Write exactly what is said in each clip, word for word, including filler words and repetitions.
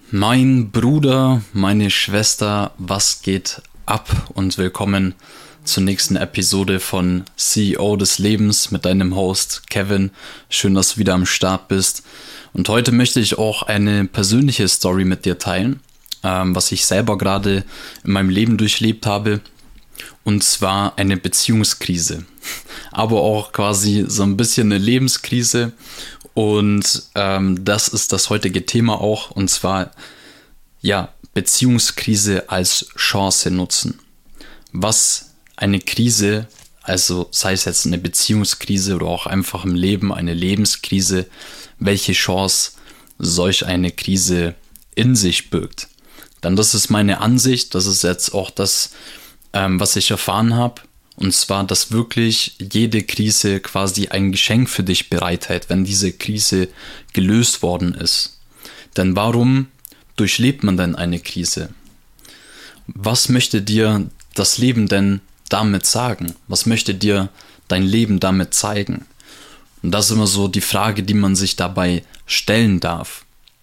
Mein Bruder, meine Schwester, was geht ab? Und willkommen zur nächsten Episode von C E O des Lebens mit deinem Host Kevin. Schön, dass du wieder am Start bist. Und heute möchte ich auch eine persönliche Story mit dir teilen, ähm, was ich selber gerade in meinem Leben durchlebt habe. Und zwar eine Beziehungskrise, aber auch quasi so ein bisschen eine Lebenskrise. Und ähm, das ist das heutige Thema auch, und zwar, ja, Beziehungskrise als Chance nutzen. Was eine Krise, also sei es jetzt eine Beziehungskrise oder auch einfach im Leben eine Lebenskrise, welche Chance solch eine Krise in sich birgt. Denn das ist meine Ansicht, das ist jetzt auch das, ähm, was ich erfahren habe. Und zwar, dass wirklich jede Krise quasi ein Geschenk für dich bereithält, wenn diese Krise gelöst worden ist. Denn warum durchlebt man denn eine Krise? Was möchte dir das Leben denn damit sagen? Was möchte dir dein Leben damit zeigen? Und das ist immer so die Frage, die man sich dabei stellen darf.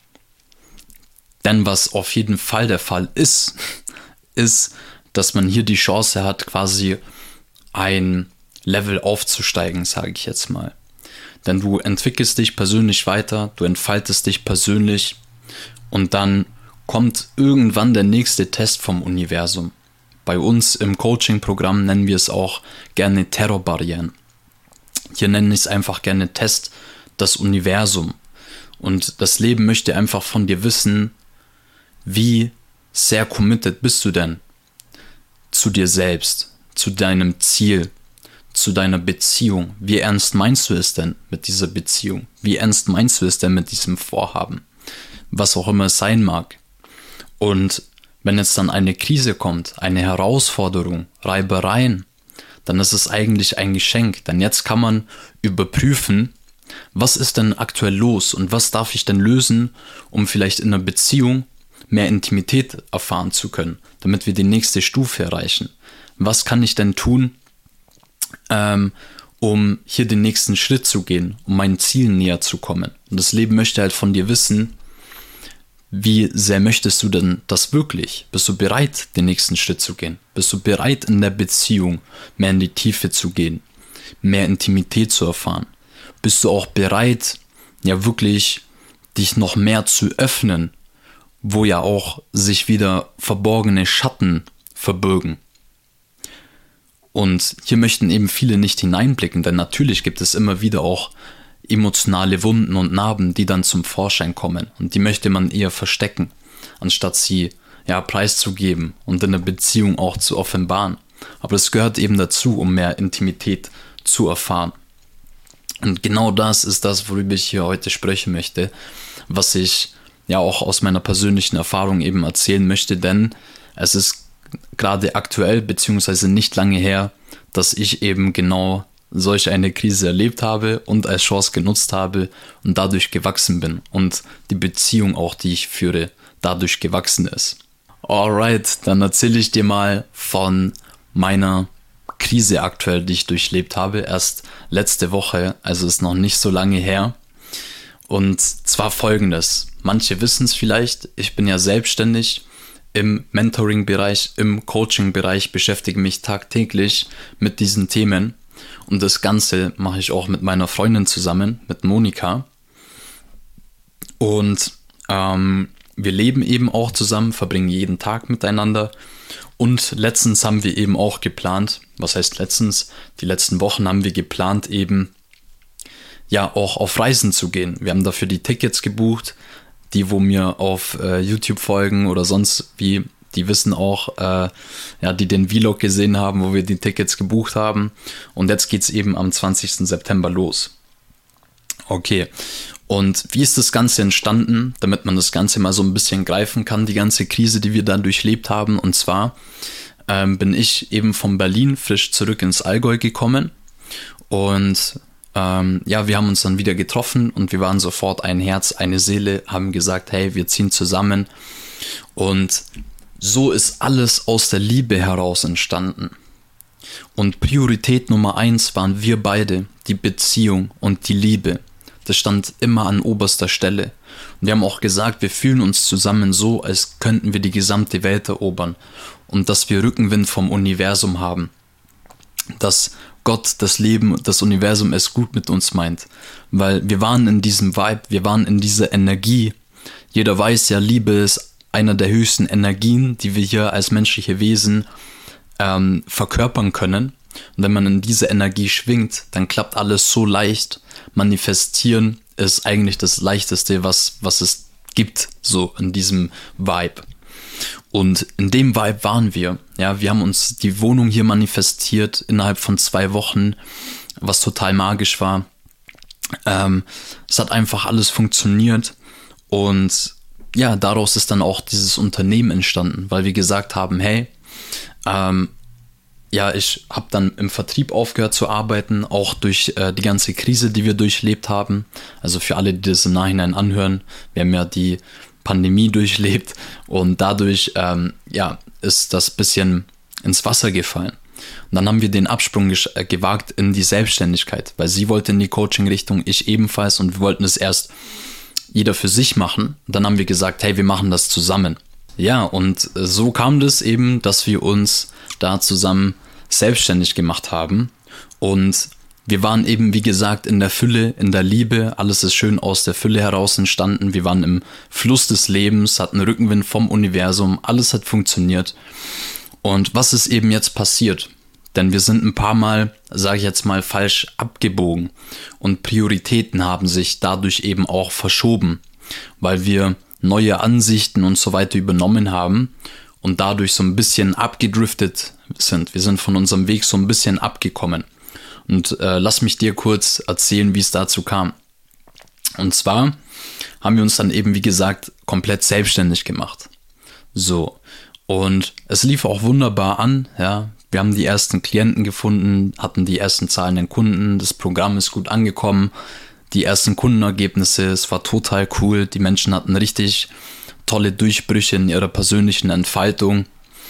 Denn was auf jeden Fall der Fall ist, ist, dass man hier die Chance hat, quasi ein Level aufzusteigen, sage ich jetzt mal. Denn du entwickelst dich persönlich weiter, du entfaltest dich persönlich und dann kommt irgendwann der nächste Test vom Universum. Bei uns im Coaching-Programm nennen wir es auch gerne Terrorbarrieren. Hier nenne ich es einfach gerne Test das Universum. Und das Leben möchte einfach von dir wissen, wie sehr committed bist du denn zu dir selbst, zu deinem Ziel, zu deiner Beziehung. Wie ernst meinst du es denn mit dieser Beziehung? Wie ernst meinst du es denn mit diesem Vorhaben? Was auch immer es sein mag. Und wenn jetzt dann eine Krise kommt, eine Herausforderung, Reibereien, dann ist es eigentlich ein Geschenk. Denn jetzt kann man überprüfen, was ist denn aktuell los und was darf ich denn lösen, um vielleicht in einer Beziehung mehr Intimität erfahren zu können, damit wir die nächste Stufe erreichen. Was kann ich denn tun, ähm, um hier den nächsten Schritt zu gehen, um meinen Zielen näher zu kommen? Und das Leben möchte halt von dir wissen, wie sehr möchtest du denn das wirklich? Bist du bereit, den nächsten Schritt zu gehen? Bist du bereit, in der Beziehung mehr in die Tiefe zu gehen, mehr Intimität zu erfahren? Bist du auch bereit, ja wirklich dich noch mehr zu öffnen, wo ja auch sich wieder verborgene Schatten verbirgen? Und hier möchten eben viele nicht hineinblicken, denn natürlich gibt es immer wieder auch emotionale Wunden und Narben, die dann zum Vorschein kommen. Und die möchte man eher verstecken, anstatt sie ja preiszugeben und in der Beziehung auch zu offenbaren. Aber es gehört eben dazu, um mehr Intimität zu erfahren. Und genau das ist das, worüber ich hier heute sprechen möchte, was ich ja auch aus meiner persönlichen Erfahrung eben erzählen möchte, denn es ist gerade aktuell, beziehungsweise nicht lange her, dass ich eben genau solch eine Krise erlebt habe und als Chance genutzt habe und dadurch gewachsen bin und die Beziehung auch, die ich führe, dadurch gewachsen ist. Alright, dann erzähle ich dir mal von meiner Krise aktuell, die ich durchlebt habe, erst letzte Woche, also ist noch nicht so lange her. Und zwar folgendes, manche wissen es vielleicht, ich bin ja selbstständig im Mentoring-Bereich, im Coaching-Bereich, beschäftige mich tagtäglich mit diesen Themen. Und das Ganze mache ich auch mit meiner Freundin zusammen, mit Monika. Und ähm, wir leben eben auch zusammen, verbringen jeden Tag miteinander. Und letztens haben wir eben auch geplant, was heißt letztens? Die letzten Wochen haben wir geplant, eben ja auch auf Reisen zu gehen. Wir haben dafür die Tickets gebucht. Die, wo mir auf äh, YouTube folgen oder sonst wie, die wissen auch, äh, ja, die den Vlog gesehen haben, wo wir die Tickets gebucht haben. Und jetzt geht es eben am zwanzigsten September los. Okay, und wie ist das Ganze entstanden, damit man das Ganze mal so ein bisschen greifen kann, die ganze Krise, die wir dann durchlebt haben. Und zwar ähm, bin ich eben von Berlin frisch zurück ins Allgäu gekommen und Ähm, ja, wir haben uns dann wieder getroffen und wir waren sofort ein Herz, eine Seele, haben gesagt, hey, wir ziehen zusammen. Und so ist alles aus der Liebe heraus entstanden. Und Priorität Nummer eins waren wir beide, die Beziehung und die Liebe. das stand immer an oberster Stelle. Und wir haben auch gesagt, wir fühlen uns zusammen so, als könnten wir die gesamte Welt erobern. Und dass wir Rückenwind vom Universum haben. Dass Gott, das Leben, das Universum es gut mit uns meint. Weil wir waren in diesem Vibe, wir waren in dieser Energie. Jeder weiß ja, Liebe ist einer der höchsten Energien, die wir hier als menschliche Wesen ähm, verkörpern können. Und wenn man in diese Energie schwingt, dann klappt alles so leicht. Manifestieren ist eigentlich das Leichteste, was, was es gibt, so in diesem Vibe. Und in dem Vibe waren wir. Ja, wir haben uns die Wohnung hier manifestiert innerhalb von zwei Wochen, was total magisch war. Ähm, es hat einfach alles funktioniert. Und ja, daraus ist dann auch dieses Unternehmen entstanden, weil wir gesagt haben, hey, ähm, ja, ich habe dann im Vertrieb aufgehört zu arbeiten, auch durch äh, die ganze Krise, die wir durchlebt haben. Also für alle, die das im Nachhinein anhören, wir haben ja die Pandemie durchlebt und dadurch ähm, ja, ist das bisschen ins Wasser gefallen. Und dann haben wir den Absprung äh, gewagt in die Selbstständigkeit, weil sie wollte in die Coaching-Richtung, ich ebenfalls, und wir wollten es erst jeder für sich machen. Und dann haben wir gesagt, hey, wir machen das zusammen. Ja, und so kam das eben, dass wir uns da zusammen selbstständig gemacht haben und wir waren eben, wie gesagt, in der Fülle, in der Liebe, alles ist schön aus der Fülle heraus entstanden, wir waren im Fluss des Lebens, hatten Rückenwind vom Universum, alles hat funktioniert. Und was ist eben jetzt passiert? Denn wir sind ein paar Mal, sage ich jetzt mal, falsch abgebogen und Prioritäten haben sich dadurch eben auch verschoben, weil wir neue Ansichten und so weiter übernommen haben und dadurch so ein bisschen abgedriftet sind. Wir sind von unserem Weg so ein bisschen abgekommen. Und äh, lass mich dir kurz erzählen, wie es dazu kam. Und zwar haben wir uns dann eben, wie gesagt, komplett selbstständig gemacht. So. Und es lief auch wunderbar an, ja. Wir haben die ersten Klienten gefunden, hatten die ersten zahlenden Kunden, das Programm ist gut angekommen, die ersten Kundenergebnisse, es war total cool, die Menschen hatten richtig tolle Durchbrüche in ihrer persönlichen Entfaltung.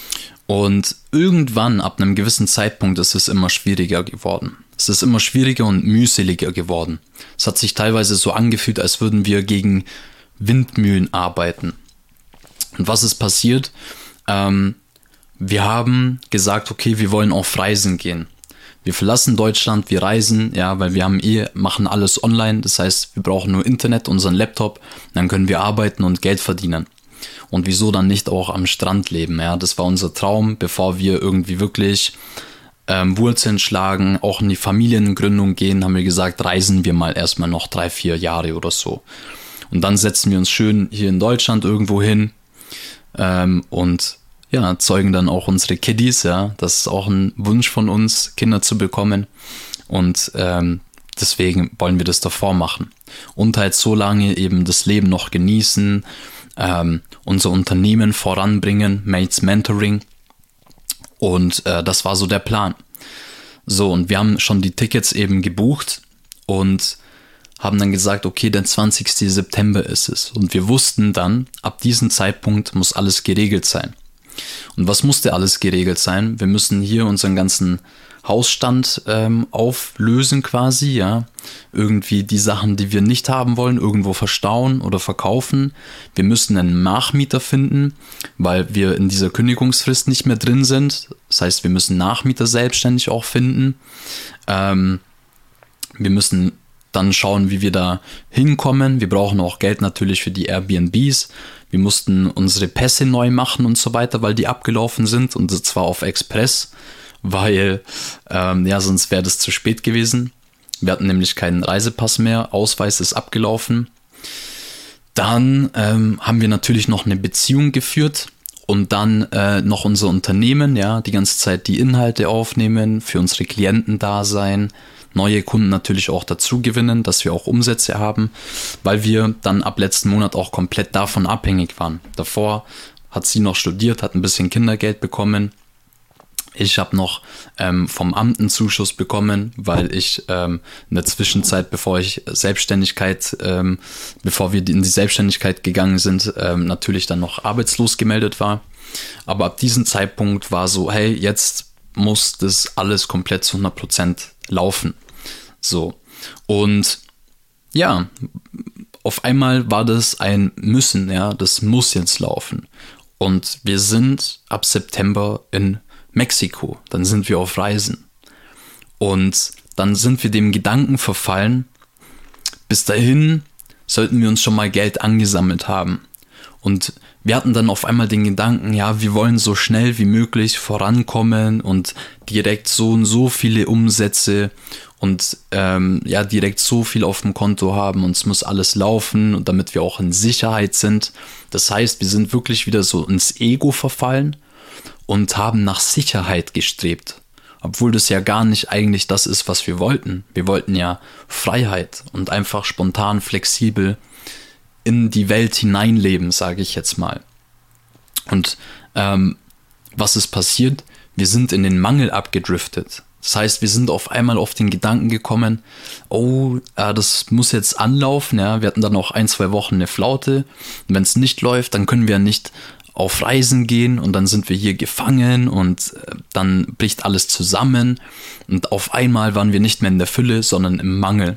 Und irgendwann, ab einem gewissen Zeitpunkt, ist es immer schwieriger geworden. Es ist immer schwieriger und mühseliger geworden. Es hat sich teilweise so angefühlt, als würden wir gegen Windmühlen arbeiten. Und was ist passiert? Ähm, wir haben gesagt, okay, wir wollen auf Reisen gehen. Wir verlassen Deutschland, wir reisen, ja, weil wir haben eh, machen alles online. Das heißt, wir brauchen nur Internet, unseren Laptop, dann können wir arbeiten und Geld verdienen. Und wieso dann nicht auch am Strand leben? Ja, das war unser Traum, bevor wir irgendwie wirklich ähm, Wurzeln schlagen, auch in die Familiengründung gehen, haben wir gesagt, reisen wir mal erstmal noch drei, vier Jahre oder so. Und dann setzen wir uns schön hier in Deutschland irgendwo hin ähm, und ja, zeugen dann auch unsere Kiddies. Ja, das ist auch ein Wunsch von uns, Kinder zu bekommen. Und ähm, deswegen wollen wir das davor machen. Und halt so lange eben das Leben noch genießen, ähm, unser Unternehmen voranbringen, Mates Mentoring. Und äh, das war so der Plan. So, und wir haben schon die Tickets eben gebucht und haben dann gesagt, okay, der zwanzigsten September ist es. Und wir wussten dann, ab diesem Zeitpunkt muss alles geregelt sein. Und was musste alles geregelt sein? Wir müssen hier unseren ganzen Hausstand ähm, auflösen quasi, ja. Irgendwie die Sachen, die wir nicht haben wollen, irgendwo verstauen oder verkaufen. Wir müssen einen Nachmieter finden, weil wir in dieser Kündigungsfrist nicht mehr drin sind. Das heißt, wir müssen Nachmieter selbstständig auch finden. Ähm, wir müssen dann schauen, wie wir da hinkommen. Wir brauchen auch Geld natürlich für die Airbnbs. Wir mussten unsere Pässe neu machen und so weiter, weil die abgelaufen sind und zwar auf Express, weil ähm, ja, sonst wäre das zu spät gewesen. Wir hatten nämlich keinen Reisepass mehr, Ausweis ist abgelaufen. Dann ähm, haben wir natürlich noch eine Beziehung geführt und dann äh, noch unser Unternehmen, ja, die ganze Zeit die Inhalte aufnehmen, für unsere Klienten da sein, neue Kunden natürlich auch dazu gewinnen, dass wir auch Umsätze haben, weil wir dann ab letzten Monat auch komplett davon abhängig waren. Davor hat sie noch studiert, hat ein bisschen Kindergeld bekommen. Ich habe noch ähm, vom Amt einen Zuschuss bekommen, weil ich ähm, in der Zwischenzeit, bevor ich Selbstständigkeit, ähm, bevor wir in die Selbstständigkeit gegangen sind, ähm, natürlich dann noch arbeitslos gemeldet war. Aber ab diesem Zeitpunkt war so, hey, jetzt muss das alles komplett zu hundert Prozent laufen. So. Und ja, auf einmal war das ein Müssen, ja, das muss jetzt laufen. Und wir sind ab September in Mexiko, dann sind wir auf Reisen. Und dann sind wir dem Gedanken verfallen, bis dahin sollten wir uns schon mal Geld angesammelt haben. Und wir hatten dann auf einmal den Gedanken, ja, wir wollen so schnell wie möglich vorankommen und direkt so und so viele Umsätze und ähm, ja, direkt so viel auf dem Konto haben und es muss alles laufen und damit wir auch in Sicherheit sind. Das heißt, wir sind wirklich wieder so ins Ego verfallen und haben nach Sicherheit gestrebt. Obwohl das ja gar nicht eigentlich das ist, was wir wollten. Wir wollten ja Freiheit und einfach spontan, flexibel in die Welt hineinleben, sage ich jetzt mal. Und ähm, was ist passiert? Wir sind in den Mangel abgedriftet. Das heißt, wir sind auf einmal auf den Gedanken gekommen, oh, äh, das muss jetzt anlaufen. Ja? Wir hatten dann noch ein, zwei Wochen eine Flaute. Und wenn es nicht läuft, dann können wir nicht auf Reisen gehen und dann sind wir hier gefangen und äh, dann bricht alles zusammen. Und auf einmal waren wir nicht mehr in der Fülle, sondern im Mangel.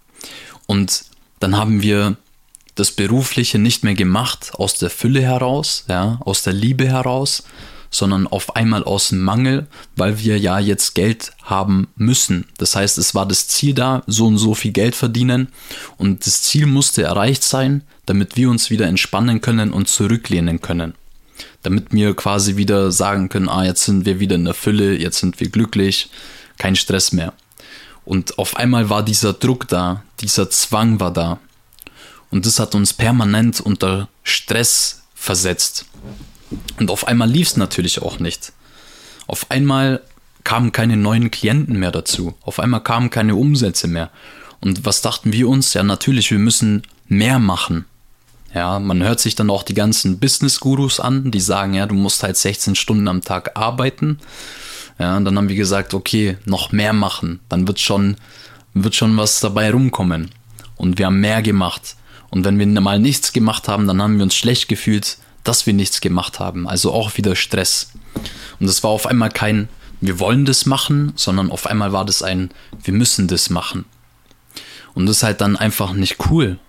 Und dann haben wir das Berufliche nicht mehr gemacht aus der Fülle heraus, ja, aus der Liebe heraus, sondern auf einmal aus dem Mangel, weil wir ja jetzt Geld haben müssen. Das heißt, es war das Ziel da, so und so viel Geld verdienen und das Ziel musste erreicht sein, damit wir uns wieder entspannen können und zurücklehnen können. Damit wir quasi wieder sagen können, ah, jetzt sind wir wieder in der Fülle, jetzt sind wir glücklich, kein Stress mehr. Und auf einmal war dieser Druck da, dieser Zwang war da. Und das hat uns permanent unter Stress versetzt. Und auf einmal lief es natürlich auch nicht. Auf einmal kamen keine neuen Klienten mehr dazu. Auf einmal kamen keine Umsätze mehr. Und was dachten wir uns? Ja, natürlich, wir müssen mehr machen. Ja, man hört sich dann auch die ganzen Business-Gurus an, die sagen, ja, du musst halt sechzehn Stunden am Tag arbeiten. Ja, und dann haben wir gesagt, okay, noch mehr machen. Dann wird schon, wird schon was dabei rumkommen. Und wir haben mehr gemacht. Und wenn wir mal nichts gemacht haben, dann haben wir uns schlecht gefühlt, dass wir nichts gemacht haben. Also auch wieder Stress. Und es war auf einmal kein, wir wollen das machen, sondern auf einmal war das ein, wir müssen das machen. Und das ist halt dann einfach nicht cool.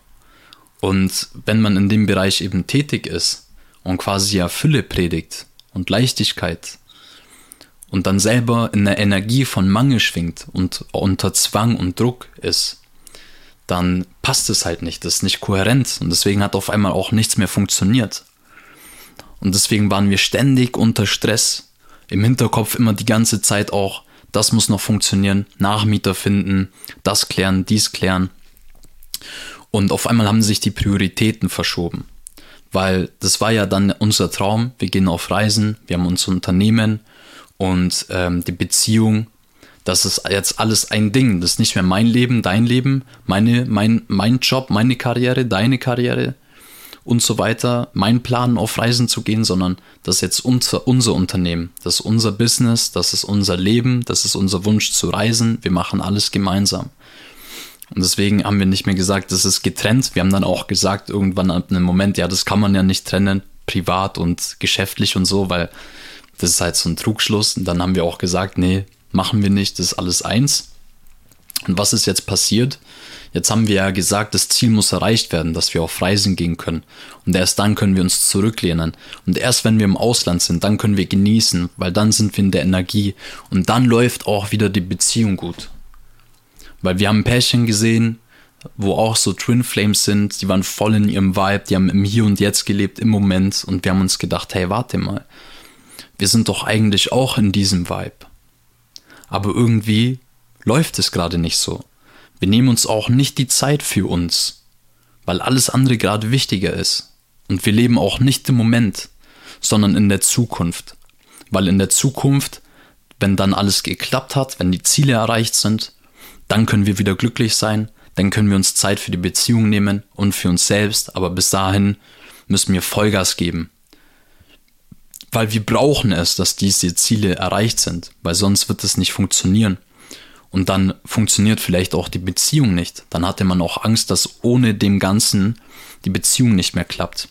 Und wenn man in dem Bereich eben tätig ist und quasi ja Fülle predigt und Leichtigkeit und dann selber in der Energie von Mangel schwingt und unter Zwang und Druck ist, dann passt es halt nicht, das ist nicht kohärent und deswegen hat auf einmal auch nichts mehr funktioniert. Und deswegen waren wir ständig unter Stress, im Hinterkopf immer die ganze Zeit auch, das muss noch funktionieren, Nachmieter finden, das klären, dies klären. Und auf einmal haben sich die Prioritäten verschoben, weil das war ja dann unser Traum, wir gehen auf Reisen, wir haben unser Unternehmen und ähm, die Beziehung. Das ist jetzt alles ein Ding. Das ist nicht mehr mein Leben, dein Leben, meine, mein, mein Job, meine Karriere, deine Karriere und so weiter. Mein Plan, auf Reisen zu gehen, sondern das ist jetzt unser, unser Unternehmen. Das ist unser Business, das ist unser Leben, das ist unser Wunsch zu reisen. Wir machen alles gemeinsam. Und deswegen haben wir nicht mehr gesagt, das ist getrennt. Wir haben dann auch gesagt, irgendwann ab einem Moment, ja, das kann man ja nicht trennen, privat und geschäftlich und so, weil das ist halt so ein Trugschluss. Und dann haben wir auch gesagt, nee, machen wir nicht, das ist alles eins. Und was ist jetzt passiert? Jetzt haben wir ja gesagt, das Ziel muss erreicht werden, dass wir auf Reisen gehen können. Und erst dann können wir uns zurücklehnen. Und erst wenn wir im Ausland sind, dann können wir genießen, weil dann sind wir in der Energie. Und dann läuft auch wieder die Beziehung gut. Weil wir haben ein Pärchen gesehen, wo auch so Twin Flames sind, die waren voll in ihrem Vibe, die haben im Hier und Jetzt gelebt, im Moment. Und wir haben uns gedacht, hey, warte mal, wir sind doch eigentlich auch in diesem Vibe. Aber irgendwie läuft es gerade nicht so. Wir nehmen uns auch nicht die Zeit für uns, weil alles andere gerade wichtiger ist. Und wir leben auch nicht im Moment, sondern in der Zukunft. Weil in der Zukunft, wenn dann alles geklappt hat, wenn die Ziele erreicht sind, dann können wir wieder glücklich sein, dann können wir uns Zeit für die Beziehung nehmen und für uns selbst, aber bis dahin müssen wir Vollgas geben. Weil wir brauchen es, dass diese Ziele erreicht sind, weil sonst wird es nicht funktionieren. Und dann funktioniert vielleicht auch die Beziehung nicht. Dann hatte man auch Angst, dass ohne dem Ganzen die Beziehung nicht mehr klappt.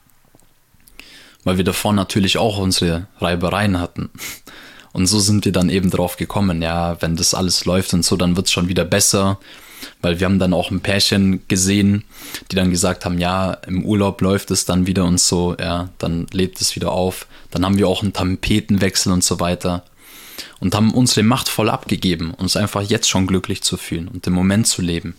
Weil wir davor natürlich auch unsere Reibereien hatten. Und so sind wir dann eben drauf gekommen, ja, wenn das alles läuft und so, dann wird es schon wieder besser. weil wir haben dann auch ein Pärchen gesehen, die dann gesagt haben, ja, im Urlaub läuft es dann wieder und so, ja, dann lebt es wieder auf. Dann haben wir auch einen Tapetenwechsel und so weiter und haben unsere Macht voll abgegeben, uns einfach jetzt schon glücklich zu fühlen und im Moment zu leben.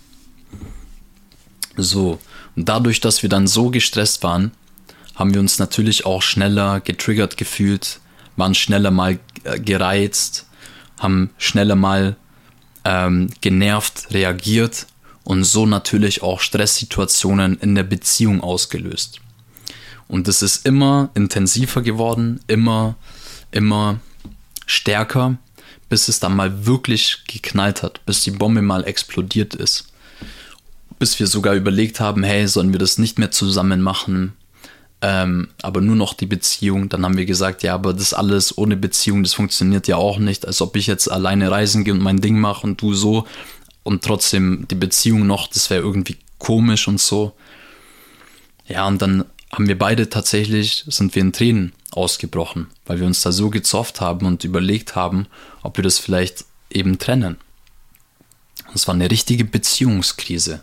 So, und dadurch, dass wir dann so gestresst waren, haben wir uns natürlich auch schneller getriggert gefühlt, waren schneller mal gereizt, haben schneller mal ähm, genervt reagiert und so natürlich auch Stresssituationen in der Beziehung ausgelöst. Und es ist immer intensiver geworden, immer, immer stärker, bis es dann mal wirklich geknallt hat, bis die Bombe mal explodiert ist. Bis wir sogar überlegt haben, hey, sollen wir das nicht mehr zusammen machen, ähm, aber nur noch die Beziehung. Dann haben wir gesagt, ja, aber das alles ohne Beziehung, das funktioniert ja auch nicht, als ob ich jetzt alleine reisen gehe und mein Ding mache und du so und trotzdem die Beziehung noch, das wäre irgendwie komisch und so. Ja, und dann haben wir beide tatsächlich, sind wir in Tränen ausgebrochen, weil wir uns da so gezofft haben und überlegt haben, ob wir das vielleicht eben trennen. Das war eine richtige Beziehungskrise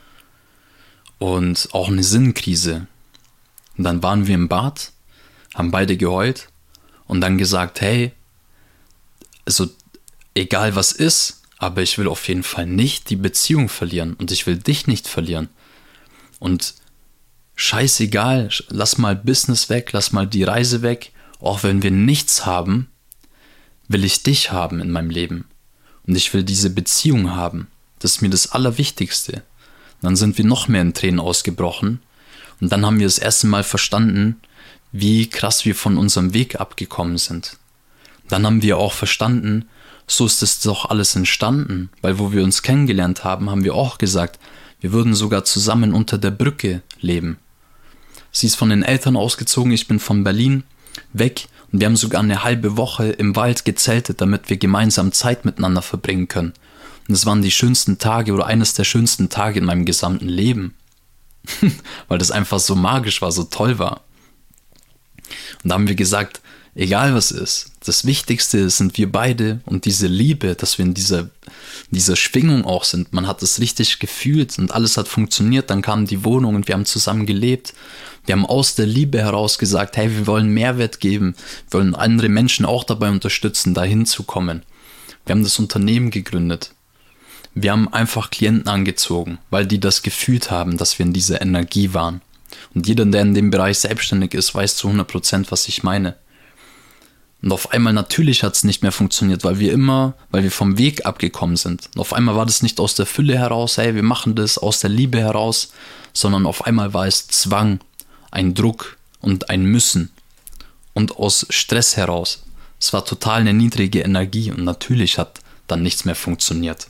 und auch eine Sinnkrise. Und dann waren wir im Bad, haben beide geheult und dann gesagt, hey, also egal was ist, aber ich will auf jeden Fall nicht die Beziehung verlieren und ich will dich nicht verlieren. Und scheißegal, lass mal Business weg, lass mal die Reise weg. Auch wenn wir nichts haben, will ich dich haben in meinem Leben. Und ich will diese Beziehung haben. Das ist mir das Allerwichtigste. Und dann sind wir noch mehr in Tränen ausgebrochen. Und dann haben wir das erste Mal verstanden, wie krass wir von unserem Weg abgekommen sind. Dann haben wir auch verstanden, so ist das doch alles entstanden. Weil wo wir uns kennengelernt haben, haben wir auch gesagt, wir würden sogar zusammen unter der Brücke leben. Sie ist von den Eltern ausgezogen, ich bin von Berlin weg und wir haben sogar eine halbe Woche im Wald gezeltet, damit wir gemeinsam Zeit miteinander verbringen können. Und es waren die schönsten Tage oder eines der schönsten Tage in meinem gesamten Leben. Weil das einfach so magisch war, so toll war. Und da haben wir gesagt, egal was ist, das Wichtigste sind wir beide und diese Liebe, dass wir in dieser, dieser Schwingung auch sind. Man hat es richtig gefühlt und alles hat funktioniert. Dann kam die Wohnung und wir haben zusammen gelebt. Wir haben aus der Liebe heraus gesagt, hey, wir wollen Mehrwert geben. Wir wollen andere Menschen auch dabei unterstützen, dahin zu kommen. Wir haben das Unternehmen gegründet. Wir haben einfach Klienten angezogen, weil die das gefühlt haben, dass wir in dieser Energie waren. Und jeder, der in dem Bereich selbstständig ist, weiß zu hundert Prozent, was ich meine. Und auf einmal natürlich hat es nicht mehr funktioniert, weil wir immer, weil wir vom Weg abgekommen sind. Und auf einmal war das nicht aus der Fülle heraus, hey, wir machen das aus der Liebe heraus, sondern auf einmal war es Zwang, ein Druck und ein Müssen und aus Stress heraus. Es war total eine niedrige Energie und natürlich hat dann nichts mehr funktioniert.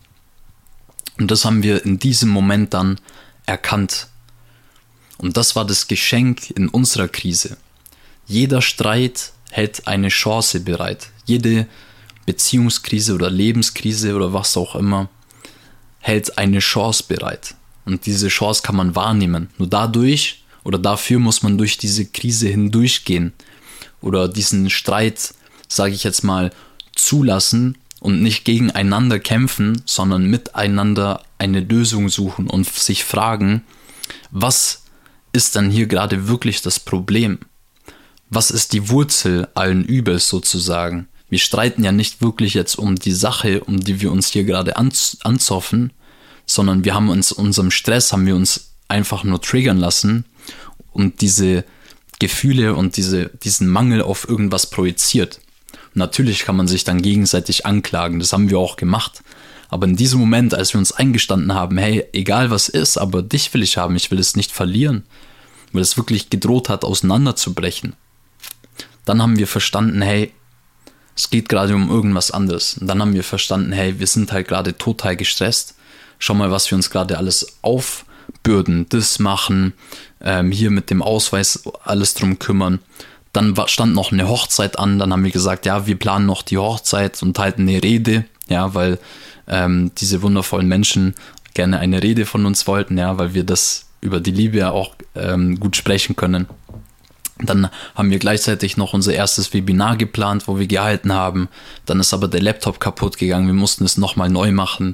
Und das haben wir in diesem Moment dann erkannt. Und das war das Geschenk in unserer Krise. Jeder Streit hält eine Chance bereit. Jede Beziehungskrise oder Lebenskrise oder was auch immer hält eine Chance bereit. Und diese Chance kann man wahrnehmen. Nur dadurch oder dafür muss man durch diese Krise hindurchgehen oder diesen Streit, sage ich jetzt mal, zulassen und nicht gegeneinander kämpfen, sondern miteinander eine Lösung suchen und sich fragen, was ist dann hier gerade wirklich das Problem? Was ist die Wurzel allen Übels sozusagen? Wir streiten ja nicht wirklich jetzt um die Sache, um die wir uns hier gerade anzoffen, sondern wir haben uns unserem Stress, haben wir uns einfach nur triggern lassen und diese Gefühle und diese, diesen Mangel auf irgendwas projiziert. Und natürlich kann man sich dann gegenseitig anklagen, das haben wir auch gemacht. Aber in diesem Moment, als wir uns eingestanden haben, hey, egal was ist, aber dich will ich haben, ich will es nicht verlieren, weil es wirklich gedroht hat, auseinanderzubrechen. Dann haben wir verstanden, hey, es geht gerade um irgendwas anderes. Und dann haben wir verstanden, hey, wir sind halt gerade total gestresst. Schau mal, was wir uns gerade alles aufbürden, das machen, ähm, hier mit dem Ausweis alles drum kümmern. Dann stand noch eine Hochzeit an, dann haben wir gesagt, ja, wir planen noch die Hochzeit und halten eine Rede, ja, weil ähm, diese wundervollen Menschen gerne eine Rede von uns wollten, ja, weil wir das über die Liebe ja auch ähm, gut sprechen können. Dann haben wir gleichzeitig noch unser erstes Webinar geplant, wo wir gehalten haben. Dann ist aber der Laptop kaputt gegangen. Wir mussten es nochmal neu machen.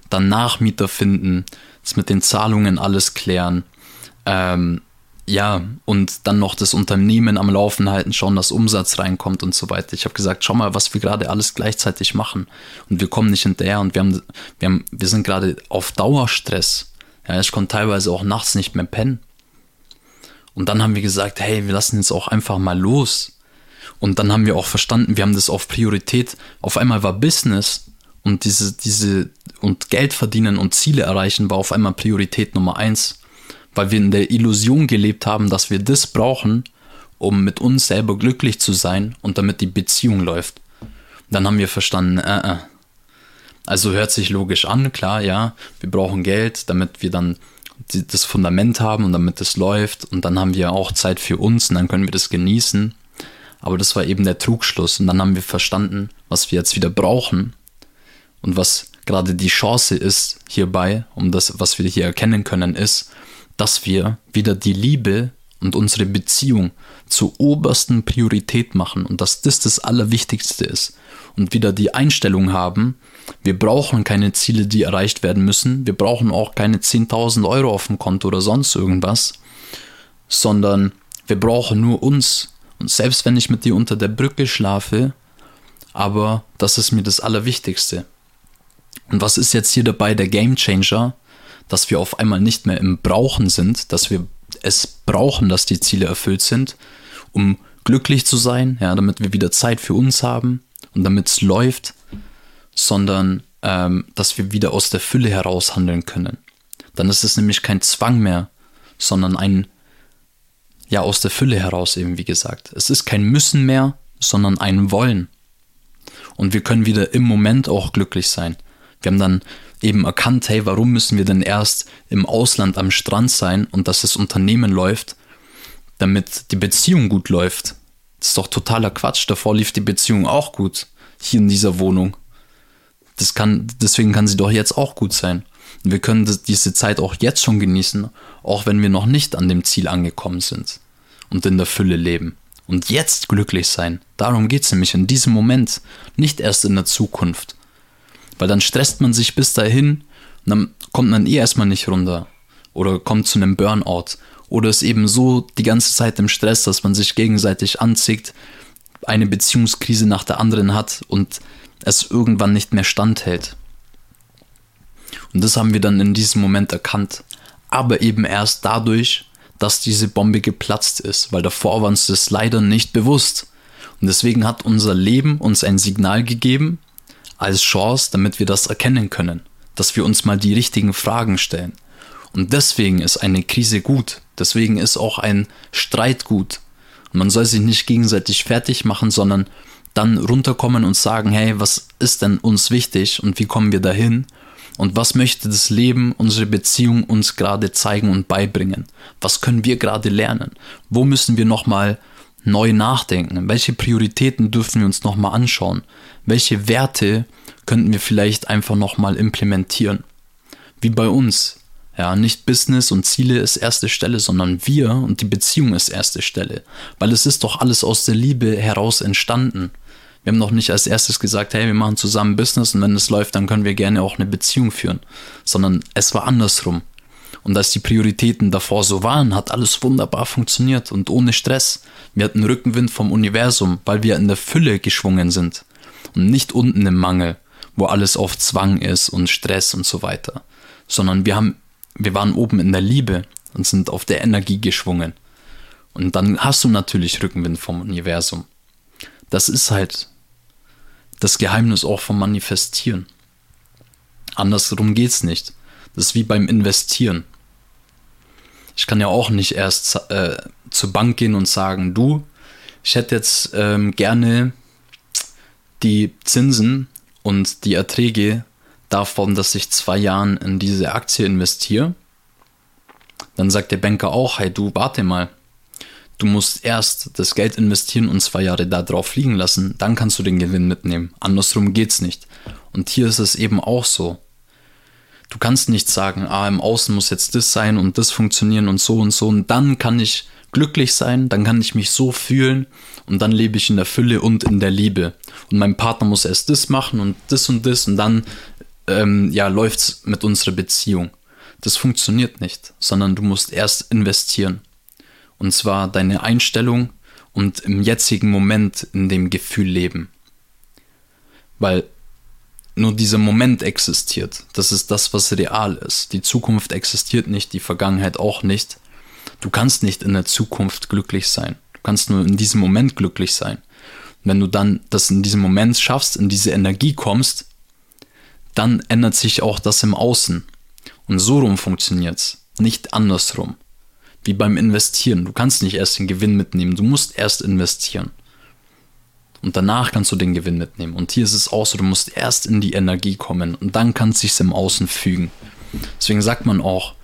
dann Nachmieter finden, das mit den Zahlungen alles klären, ähm, ja, und dann noch das Unternehmen am Laufen halten, schauen, dass Umsatz reinkommt und so weiter. Ich habe gesagt, schau mal, was wir gerade alles gleichzeitig machen und wir kommen nicht hinterher und wir haben, wir haben, wir sind gerade auf Dauerstress. Ja, ich konnte teilweise auch nachts nicht mehr pennen. Und dann haben wir gesagt, hey, wir lassen jetzt auch einfach mal los. Und dann haben wir auch verstanden, wir haben das auf Priorität. Auf einmal war Business und diese, diese, und Geld verdienen und Ziele erreichen war auf einmal Priorität Nummer eins. Weil wir in der Illusion gelebt haben, dass wir das brauchen, um mit uns selber glücklich zu sein und damit die Beziehung läuft. Dann haben wir verstanden, äh, äh. Also hört sich logisch an, klar, ja, wir brauchen Geld, damit wir dann die, das Fundament haben und damit es läuft und dann haben wir auch Zeit für uns und dann können wir das genießen. Aber das war eben der Trugschluss und dann haben wir verstanden, was wir jetzt wieder brauchen und was gerade die Chance ist hierbei, um das, was wir hier erkennen können, ist, dass wir wieder die Liebe und unsere Beziehung zur obersten Priorität machen und dass das das Allerwichtigste ist und wieder die Einstellung haben, wir brauchen keine Ziele, die erreicht werden müssen, wir brauchen auch keine zehntausend Euro auf dem Konto oder sonst irgendwas, sondern wir brauchen nur uns und selbst wenn ich mit dir unter der Brücke schlafe, aber das ist mir das Allerwichtigste. Und was ist jetzt hier dabei der Gamechanger? Dass wir auf einmal nicht mehr im Brauchen sind, dass wir es brauchen, dass die Ziele erfüllt sind, um glücklich zu sein, ja, damit wir wieder Zeit für uns haben und damit es läuft, sondern ähm, dass wir wieder aus der Fülle heraus handeln können. Dann ist es nämlich kein Zwang mehr, sondern ein, ja, aus der Fülle heraus eben, wie gesagt. Es ist kein Müssen mehr, sondern ein Wollen. Und wir können wieder im Moment auch glücklich sein. Wir haben dann eben erkannt, hey, warum müssen wir denn erst im Ausland am Strand sein und dass das Unternehmen läuft, damit die Beziehung gut läuft. Das ist doch totaler Quatsch. Davor lief die Beziehung auch gut, hier in dieser Wohnung. Das kann, deswegen kann sie doch jetzt auch gut sein. Und wir können das, diese Zeit auch jetzt schon genießen, auch wenn wir noch nicht an dem Ziel angekommen sind und in der Fülle leben. Und jetzt glücklich sein. Darum geht es nämlich in diesem Moment, nicht erst in der Zukunft. Weil dann stresst man sich bis dahin und dann kommt man eh erstmal nicht runter oder kommt zu einem Burnout oder ist eben so die ganze Zeit im Stress, dass man sich gegenseitig anzieht, eine Beziehungskrise nach der anderen hat und es irgendwann nicht mehr standhält. Und das haben wir dann in diesem Moment erkannt, aber eben erst dadurch, dass diese Bombe geplatzt ist, weil davor war uns das leider nicht bewusst. Und deswegen hat unser Leben uns ein Signal gegeben, als Chance, damit wir das erkennen können, dass wir uns mal die richtigen Fragen stellen. Und deswegen ist eine Krise gut, deswegen ist auch ein Streit gut. Und man soll sich nicht gegenseitig fertig machen, sondern dann runterkommen und sagen, hey, was ist denn uns wichtig und wie kommen wir dahin? Und was möchte das Leben, unsere Beziehung uns gerade zeigen und beibringen? Was können wir gerade lernen? Wo müssen wir nochmal neu nachdenken? Welche Prioritäten dürfen wir uns nochmal anschauen? Welche Werte könnten wir vielleicht einfach nochmal implementieren? Wie bei uns. Ja, nicht Business und Ziele ist erste Stelle, sondern wir und die Beziehung ist erste Stelle. Weil es ist doch alles aus der Liebe heraus entstanden. Wir haben doch nicht als erstes gesagt, hey, wir machen zusammen Business und wenn es läuft, dann können wir gerne auch eine Beziehung führen. Sondern es war andersrum. Und als die Prioritäten davor so waren, hat alles wunderbar funktioniert und ohne Stress. Wir hatten Rückenwind vom Universum, weil wir in der Fülle geschwungen sind. Und nicht unten im Mangel, wo alles auf Zwang ist und Stress und so weiter. Sondern wir haben, wir waren oben in der Liebe und sind auf der Energie geschwungen. Und dann hast du natürlich Rückenwind vom Universum. Das ist halt das Geheimnis auch vom Manifestieren. Andersrum geht's nicht. Das ist wie beim Investieren. Ich kann ja auch nicht erst äh, zur Bank gehen und sagen, du, ich hätte jetzt ähm, gerne die Zinsen und die Erträge davon, dass ich zwei Jahren in diese Aktie investiere. Dann sagt der Banker auch, hey du, warte mal. Du musst erst das Geld investieren und zwei Jahre da drauf liegen lassen, dann kannst du den Gewinn mitnehmen. Andersrum geht's nicht. Und hier ist es eben auch so. Du kannst nicht sagen, ah, im Außen muss jetzt das sein und das funktionieren und so und so und dann kann ich glücklich sein, dann kann ich mich so fühlen und dann lebe ich in der Fülle und in der Liebe. Und mein Partner muss erst das machen und das und das und dann ähm, ja, läuft's mit unserer Beziehung. Das funktioniert nicht, sondern du musst erst investieren. Und zwar deine Einstellung und im jetzigen Moment in dem Gefühl leben. Weil nur dieser Moment existiert. Das ist das, was real ist. Die Zukunft existiert nicht, die Vergangenheit auch nicht. Du kannst nicht in der Zukunft glücklich sein. Du kannst nur in diesem Moment glücklich sein. Und wenn du dann das in diesem Moment schaffst, in diese Energie kommst, dann ändert sich auch das im Außen. Und so rum funktioniert's, nicht andersrum. Wie beim Investieren. Du kannst nicht erst den Gewinn mitnehmen, du musst erst investieren. Und danach kannst du den Gewinn mitnehmen. Und hier ist es auch so, du musst erst in die Energie kommen und dann kann es sich im Außen fügen. Deswegen sagt man auch,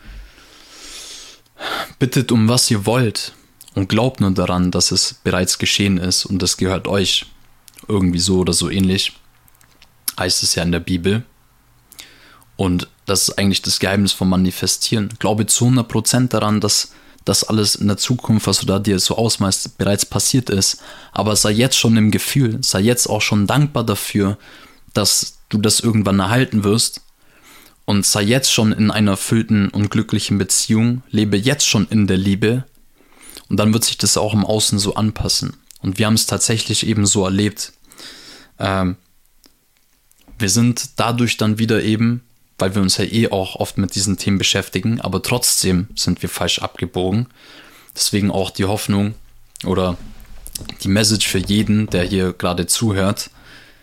bittet um was ihr wollt und glaubt nur daran, dass es bereits geschehen ist und das gehört euch. Irgendwie so oder so ähnlich heißt es ja in der Bibel. Und das ist eigentlich das Geheimnis vom Manifestieren. Glaube zu hundert Prozent daran, dass das alles in der Zukunft, was du da dir so ausmalst, bereits passiert ist. Aber sei jetzt schon im Gefühl, sei jetzt auch schon dankbar dafür, dass du das irgendwann erhalten wirst. Und sei jetzt schon in einer erfüllten und glücklichen Beziehung. Lebe jetzt schon in der Liebe. Und dann wird sich das auch im Außen so anpassen. Und wir haben es tatsächlich eben so erlebt. Ähm, wir sind dadurch dann wieder eben, weil wir uns ja eh auch oft mit diesen Themen beschäftigen, aber trotzdem sind wir falsch abgebogen. Deswegen auch die Hoffnung oder die Message für jeden, der hier gerade zuhört.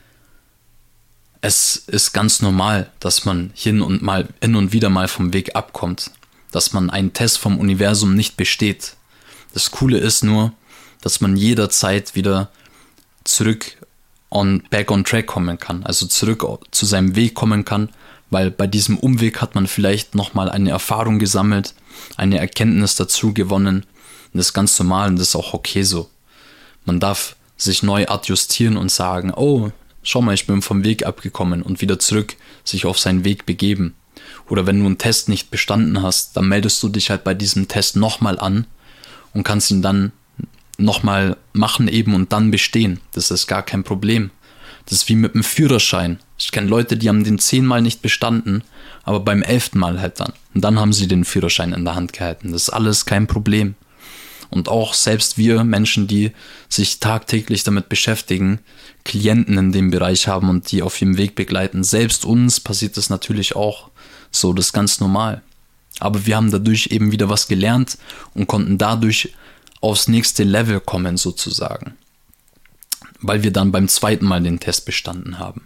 Es ist ganz normal, dass man hin und mal hin und wieder mal vom Weg abkommt, dass man einen Test vom Universum nicht besteht. Das Coole ist nur, dass man jederzeit wieder zurück on back on track kommen kann, also zurück zu seinem Weg kommen kann. Weil bei diesem Umweg hat man vielleicht nochmal eine Erfahrung gesammelt, eine Erkenntnis dazu gewonnen. Und das ist ganz normal und das ist auch okay so. Man darf sich neu adjustieren und sagen, oh, schau mal, ich bin vom Weg abgekommen und wieder zurück sich auf seinen Weg begeben. Oder wenn du einen Test nicht bestanden hast, dann meldest du dich halt bei diesem Test nochmal an und kannst ihn dann nochmal machen eben und dann bestehen. Das ist gar kein Problem. Das ist wie mit dem Führerschein. Ich kenne Leute, die haben den zehnmal nicht bestanden, aber beim elften Mal halt dann. Und dann haben sie den Führerschein in der Hand gehalten. Das ist alles kein Problem. Und auch selbst wir Menschen, die sich tagtäglich damit beschäftigen, Klienten in dem Bereich haben und die auf ihrem Weg begleiten, selbst uns passiert das natürlich auch so, das ist ganz normal. Aber wir haben dadurch eben wieder was gelernt und konnten dadurch aufs nächste Level kommen sozusagen. Weil wir dann beim zweiten Mal den Test bestanden haben.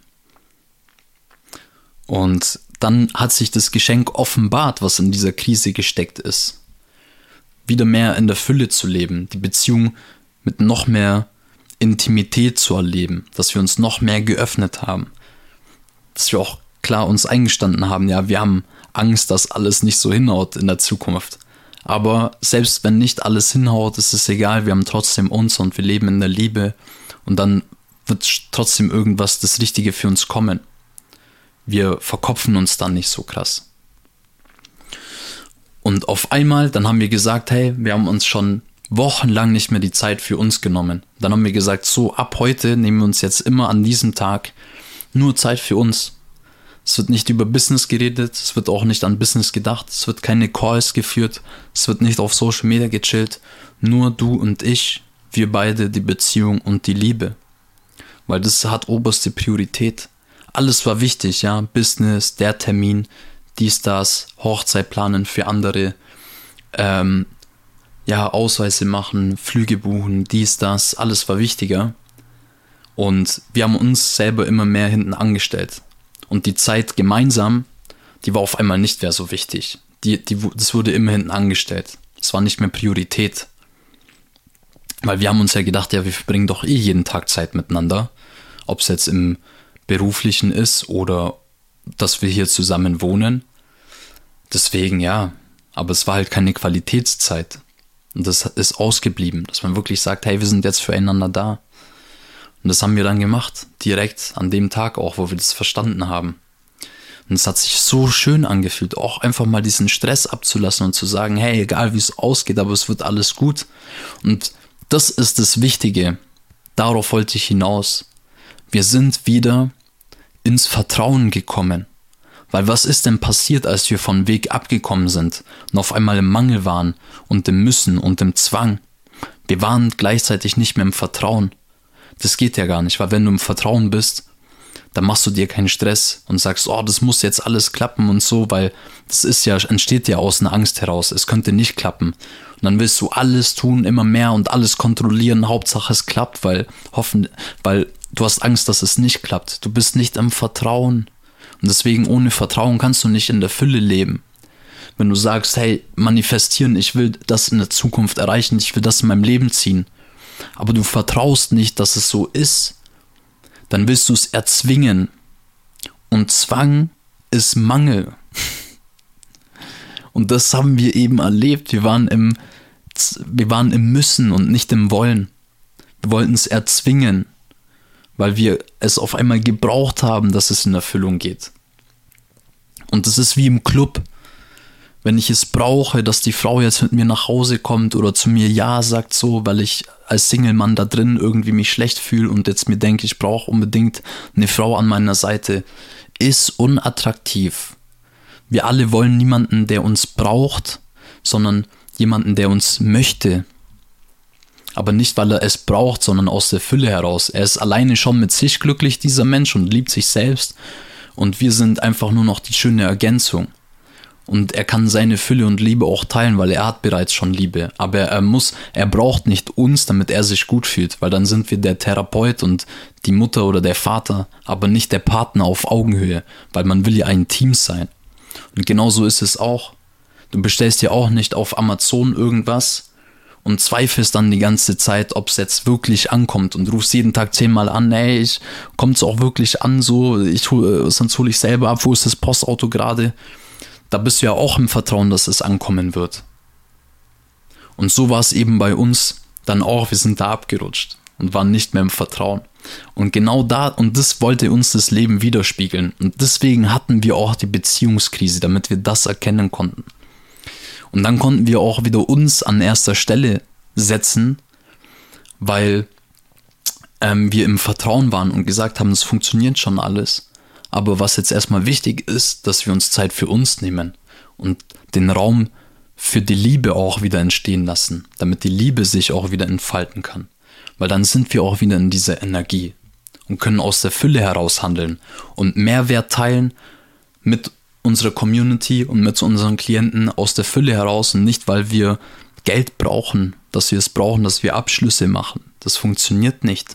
Und dann hat sich das Geschenk offenbart, was in dieser Krise gesteckt ist. Wieder mehr in der Fülle zu leben, die Beziehung mit noch mehr Intimität zu erleben, dass wir uns noch mehr geöffnet haben. Dass wir auch klar uns eingestanden haben, ja, wir haben Angst, dass alles nicht so hinhaut in der Zukunft. Aber selbst wenn nicht alles hinhaut, ist es egal, wir haben trotzdem uns und wir leben in der Liebe. Und dann wird trotzdem irgendwas das Richtige für uns kommen. Wir verkopfen uns dann nicht so krass. Und auf einmal, dann haben wir gesagt, hey, wir haben uns schon wochenlang nicht mehr die Zeit für uns genommen. Dann haben wir gesagt, so ab heute nehmen wir uns jetzt immer an diesem Tag nur Zeit für uns. Es wird nicht über Business geredet, es wird auch nicht an Business gedacht, es wird keine Calls geführt, es wird nicht auf Social Media gechillt, nur du und ich. Wir beide, die Beziehung und die Liebe. Weil das hat oberste Priorität. Alles war wichtig, ja. Business, der Termin, dies, das, Hochzeit planen für andere, ähm, ja, Ausweise machen, Flüge buchen, dies, das, alles war wichtiger. Und wir haben uns selber immer mehr hinten angestellt. Und die Zeit gemeinsam, die war auf einmal nicht mehr so wichtig. Die, die, das wurde immer hinten angestellt. Es war nicht mehr Priorität. Weil wir haben uns ja gedacht, ja, wir verbringen doch eh jeden Tag Zeit miteinander. Ob es jetzt im Beruflichen ist oder dass wir hier zusammen wohnen. Deswegen ja, aber es war halt keine Qualitätszeit. Und das ist ausgeblieben, dass man wirklich sagt, hey, wir sind jetzt füreinander da. Und das haben wir dann gemacht, direkt an dem Tag auch, wo wir das verstanden haben. Und es hat sich so schön angefühlt, auch einfach mal diesen Stress abzulassen und zu sagen, hey, egal wie es ausgeht, aber es wird alles gut. Und das ist das Wichtige. Darauf wollte ich hinaus. Wir sind wieder ins Vertrauen gekommen. Weil was ist denn passiert, als wir vom Weg abgekommen sind und auf einmal im Mangel waren und im Müssen und im Zwang? Wir waren gleichzeitig nicht mehr im Vertrauen. Das geht ja gar nicht, weil wenn du im Vertrauen bist, dann machst du dir keinen Stress und sagst, oh, das muss jetzt alles klappen und so, weil das ist ja, entsteht ja aus einer Angst heraus, es könnte nicht klappen. Und dann willst du alles tun, immer mehr und alles kontrollieren, Hauptsache es klappt, weil hoffen, weil du hast Angst, dass es nicht klappt. Du bist nicht im Vertrauen. Und deswegen ohne Vertrauen kannst du nicht in der Fülle leben. Wenn du sagst, hey, manifestieren, ich will das in der Zukunft erreichen, ich will das in meinem Leben ziehen, aber du vertraust nicht, dass es so ist, dann willst du es erzwingen. Und Zwang ist Mangel. Und das haben wir eben erlebt. Wir waren im, wir waren im Müssen und nicht im Wollen. Wir wollten es erzwingen, weil wir es auf einmal gebraucht haben, dass es in Erfüllung geht. Und das ist wie im Club. Wenn ich es brauche, dass die Frau jetzt mit mir nach Hause kommt oder zu mir Ja sagt, so, weil ich als Single-Mann da drin irgendwie mich schlecht fühle und jetzt mir denke, ich brauche unbedingt eine Frau an meiner Seite, ist unattraktiv. Wir alle wollen niemanden, der uns braucht, sondern jemanden, der uns möchte. Aber nicht, weil er es braucht, sondern aus der Fülle heraus. Er ist alleine schon mit sich glücklich, dieser Mensch, und liebt sich selbst. Und wir sind einfach nur noch die schöne Ergänzung. Und er kann seine Fülle und Liebe auch teilen, weil er hat bereits schon Liebe. Aber er muss, er braucht nicht uns, damit er sich gut fühlt, weil dann sind wir der Therapeut und die Mutter oder der Vater, aber nicht der Partner auf Augenhöhe, weil man will ja ein Team sein. Und genauso ist es auch. Du bestellst dir auch nicht auf Amazon irgendwas und zweifelst dann die ganze Zeit, ob es jetzt wirklich ankommt und rufst jeden Tag zehnmal an, ey, ich, kommt es auch wirklich an, so, ich, sonst hole ich selber ab, wo ist das Postauto gerade? Da bist du ja auch im Vertrauen, dass es ankommen wird. Und so war es eben bei uns dann auch, wir sind da abgerutscht und waren nicht mehr im Vertrauen. Und genau da, und das wollte uns das Leben widerspiegeln. Und deswegen hatten wir auch die Beziehungskrise, damit wir das erkennen konnten. Und dann konnten wir auch wieder uns an erster Stelle setzen, weil ähm, wir im Vertrauen waren und gesagt haben, es funktioniert schon alles. Aber was jetzt erstmal wichtig ist, dass wir uns Zeit für uns nehmen und den Raum für die Liebe auch wieder entstehen lassen, damit die Liebe sich auch wieder entfalten kann. Weil dann sind wir auch wieder in dieser Energie und können aus der Fülle heraus handeln und Mehrwert teilen mit unserer Community und mit unseren Klienten aus der Fülle heraus und nicht, weil wir Geld brauchen, dass wir es brauchen, dass wir Abschlüsse machen. Das funktioniert nicht.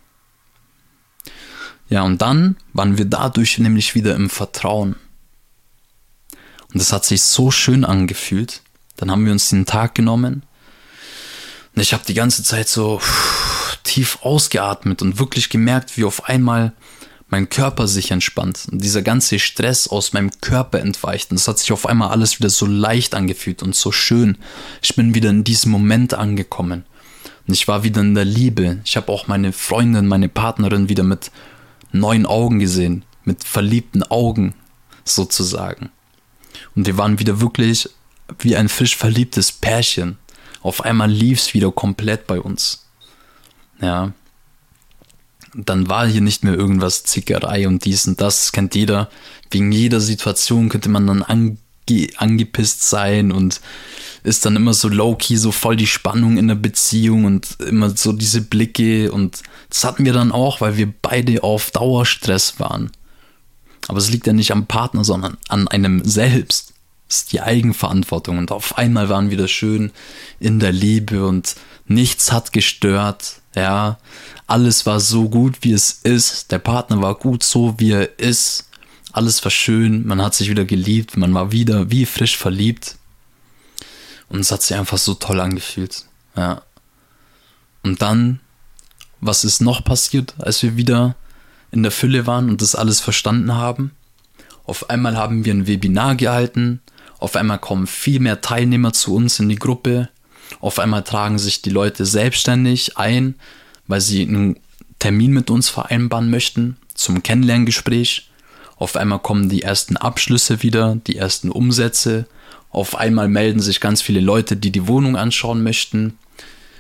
Ja, und dann waren wir dadurch nämlich wieder im Vertrauen. Und das hat sich so schön angefühlt. Dann haben wir uns den Tag genommen. Und ich habe die ganze Zeit so pff, tief ausgeatmet und wirklich gemerkt, wie auf einmal mein Körper sich entspannt. Und dieser ganze Stress aus meinem Körper entweicht. Und es hat sich auf einmal alles wieder so leicht angefühlt und so schön. Ich bin wieder in diesem Moment angekommen. Und ich war wieder in der Liebe. Ich habe auch meine Freundin, meine Partnerin wieder mit neuen Augen gesehen, mit verliebten Augen sozusagen. Und wir waren wieder wirklich wie ein frisch verliebtes Pärchen. Auf einmal lief es wieder komplett bei uns. Ja. Dann war hier nicht mehr irgendwas Zickerei und dies und das, das kennt jeder. Wegen jeder Situation könnte man dann ange- angepisst sein und ist dann immer so low-key, so voll die Spannung in der Beziehung und immer so diese Blicke, und das hatten wir dann auch, weil wir beide auf Dauerstress waren. Aber es liegt ja nicht am Partner, sondern an einem selbst. Das ist die Eigenverantwortung, und auf einmal waren wir da schön in der Liebe und nichts hat gestört, ja. Alles war so gut, wie es ist. Der Partner war gut so, wie er ist. Alles war schön, man hat sich wieder geliebt, man war wieder wie frisch verliebt. Und es hat sich einfach so toll angefühlt, ja. Und dann, was ist noch passiert, als wir wieder in der Fülle waren und das alles verstanden haben? Auf einmal haben wir ein Webinar gehalten, auf einmal kommen viel mehr Teilnehmer zu uns in die Gruppe, auf einmal tragen sich die Leute selbstständig ein, weil sie einen Termin mit uns vereinbaren möchten zum Kennenlerngespräch. Auf einmal kommen die ersten Abschlüsse wieder, die ersten Umsätze. Auf einmal melden sich ganz viele Leute, die die Wohnung anschauen möchten.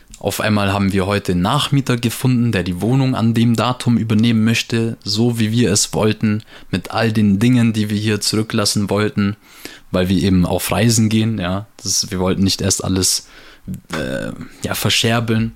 Auf einmal haben wir heute einen Nachmieter gefunden, der die Wohnung an dem Datum übernehmen möchte, so wie wir es wollten, mit all den Dingen, die wir hier zurücklassen wollten, weil wir eben auf Reisen gehen. Ja, das, wir wollten nicht erst alles äh, ja, verscherbeln.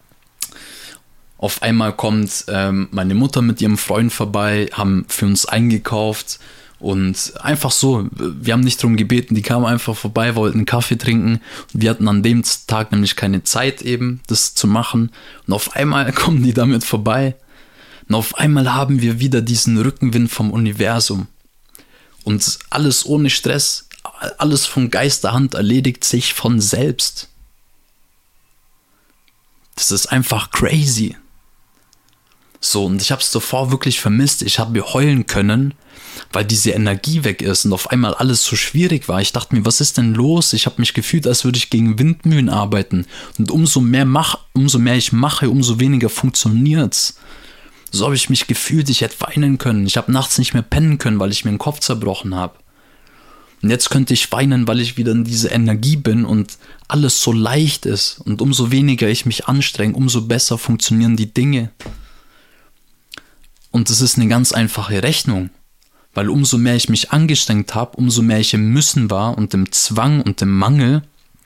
Auf einmal kommt ähm, meine Mutter mit ihrem Freund vorbei, haben für uns eingekauft und einfach so, wir haben nicht darum gebeten, die kamen einfach vorbei, wollten einen Kaffee trinken und wir hatten an dem Tag nämlich keine Zeit eben, das zu machen und auf einmal kommen die damit vorbei und auf einmal haben wir wieder diesen Rückenwind vom Universum und alles ohne Stress, alles von Geisterhand erledigt sich von selbst. Das ist einfach crazy. So, und ich habe es davor wirklich vermisst. Ich habe mir heulen können, weil diese Energie weg ist und auf einmal alles so schwierig war. Ich dachte mir, was ist denn los? Ich habe mich gefühlt, als würde ich gegen Windmühlen arbeiten. Und umso mehr, mach, umso mehr ich mache, umso weniger funktioniert's. So habe ich mich gefühlt, ich hätte weinen können. Ich habe nachts nicht mehr pennen können, weil ich mir den Kopf zerbrochen habe. Und jetzt könnte ich weinen, weil ich wieder in dieser Energie bin und alles so leicht ist. Und umso weniger ich mich anstrenge, umso besser funktionieren die Dinge. Und das ist eine ganz einfache Rechnung, weil umso mehr ich mich angestrengt habe, umso mehr ich im Müssen war und im Zwang und im Mangel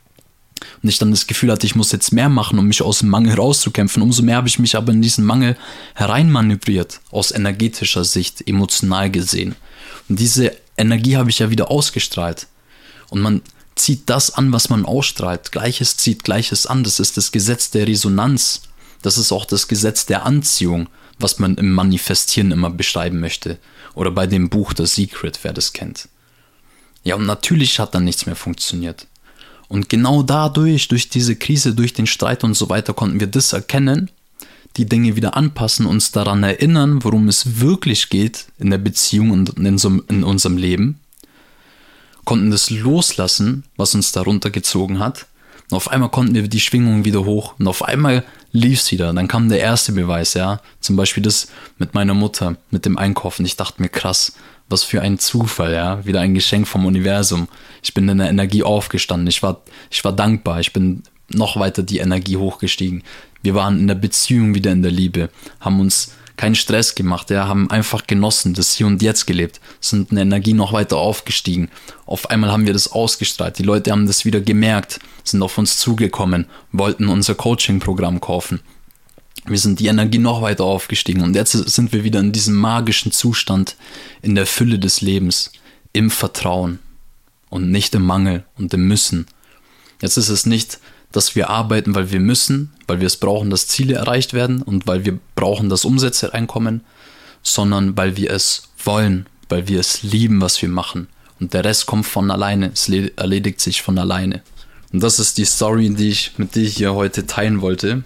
und ich dann das Gefühl hatte, ich muss jetzt mehr machen, um mich aus dem Mangel rauszukämpfen, umso mehr habe ich mich aber in diesen Mangel hereinmanövriert, aus energetischer Sicht, emotional gesehen. Und diese Energie habe ich ja wieder ausgestrahlt. Und man zieht das an, was man ausstrahlt. Gleiches zieht Gleiches an. Das ist das Gesetz der Resonanz. Das ist auch das Gesetz der Anziehung, was man im Manifestieren immer beschreiben möchte. Oder bei dem Buch The Secret, wer das kennt. Ja, und natürlich hat dann nichts mehr funktioniert. Und genau dadurch, durch diese Krise, durch den Streit und so weiter, konnten wir das erkennen, die Dinge wieder anpassen, uns daran erinnern, worum es wirklich geht in der Beziehung und in, so, in unserem Leben. Konnten das loslassen, was uns darunter gezogen hat. Und auf einmal konnten wir die Schwingung wieder hoch. Und auf einmal lief es wieder. Dann kam der erste Beweis, ja. Zum Beispiel das mit meiner Mutter, mit dem Einkaufen. Ich dachte mir, krass, was für ein Zufall, ja. Wieder ein Geschenk vom Universum. Ich bin in der Energie aufgestanden. Ich war, ich war dankbar. Ich bin noch weiter die Energie hochgestiegen. Wir waren in der Beziehung wieder in der Liebe. Haben uns keinen Stress gemacht, ja, haben einfach genossen, das Hier und Jetzt gelebt, sind in der Energie noch weiter aufgestiegen. Auf einmal haben wir das ausgestrahlt, die Leute haben das wieder gemerkt, sind auf uns zugekommen, wollten unser Coaching-Programm kaufen. Wir sind die Energie noch weiter aufgestiegen und jetzt sind wir wieder in diesem magischen Zustand, in der Fülle des Lebens, im Vertrauen und nicht im Mangel und im Müssen. Jetzt ist es nicht, dass wir arbeiten, weil wir müssen, weil wir es brauchen, dass Ziele erreicht werden und weil wir brauchen, dass Umsätze reinkommen, sondern weil wir es wollen, weil wir es lieben, was wir machen. Und der Rest kommt von alleine, es erledigt sich von alleine. Und das ist die Story, die ich mit dir hier heute teilen wollte.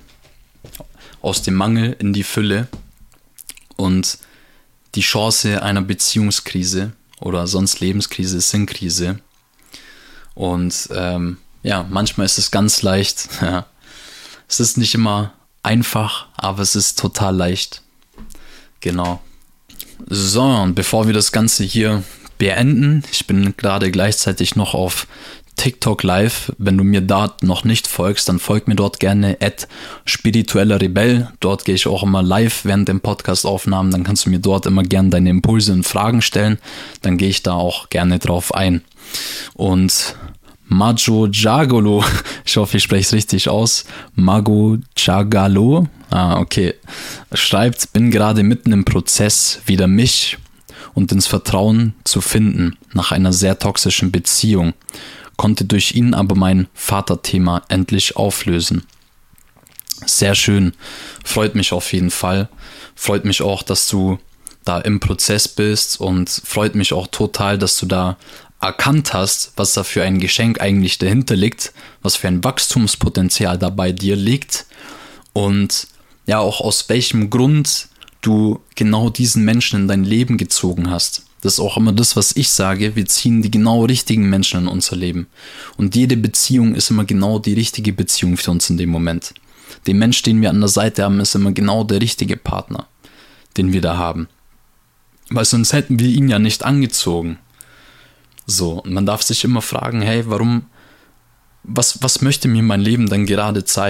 Aus dem Mangel in die Fülle und die Chance einer Beziehungskrise oder sonst Lebenskrise, Sinnkrise. Und ähm, ja, manchmal ist es ganz leicht. Ja. Es ist nicht immer einfach, aber es ist total leicht. Genau. So, und bevor wir das Ganze hier beenden, ich bin gerade gleichzeitig noch auf TikTok live. Wenn du mir da noch nicht folgst, dann folg mir dort gerne at spiritueller Rebell. Dort gehe ich auch immer live während den Podcast-Aufnahmen. Dann kannst du mir dort immer gerne deine Impulse und Fragen stellen. Dann gehe ich da auch gerne drauf ein. Und Mago Jagolo, ich hoffe, ich spreche es richtig aus, Mago Jagalo, ah, okay, schreibt, bin gerade mitten im Prozess, wieder mich und ins Vertrauen zu finden, nach einer sehr toxischen Beziehung, konnte durch ihn aber mein Vaterthema endlich auflösen. Sehr schön, freut mich auf jeden Fall, freut mich auch, dass du da im Prozess bist und freut mich auch total, dass du da erkannt hast, was da für ein Geschenk eigentlich dahinter liegt, was für ein Wachstumspotenzial da bei dir liegt und ja auch aus welchem Grund du genau diesen Menschen in dein Leben gezogen hast. Das ist auch immer das, was ich sage, wir ziehen die genau richtigen Menschen in unser Leben und jede Beziehung ist immer genau die richtige Beziehung für uns in dem Moment. Der Mensch, den wir an der Seite haben, ist immer genau der richtige Partner, den wir da haben, weil sonst hätten wir ihn ja nicht angezogen. So, und man darf sich immer fragen, hey, warum, was, was möchte mir mein Leben dann gerade zeigen?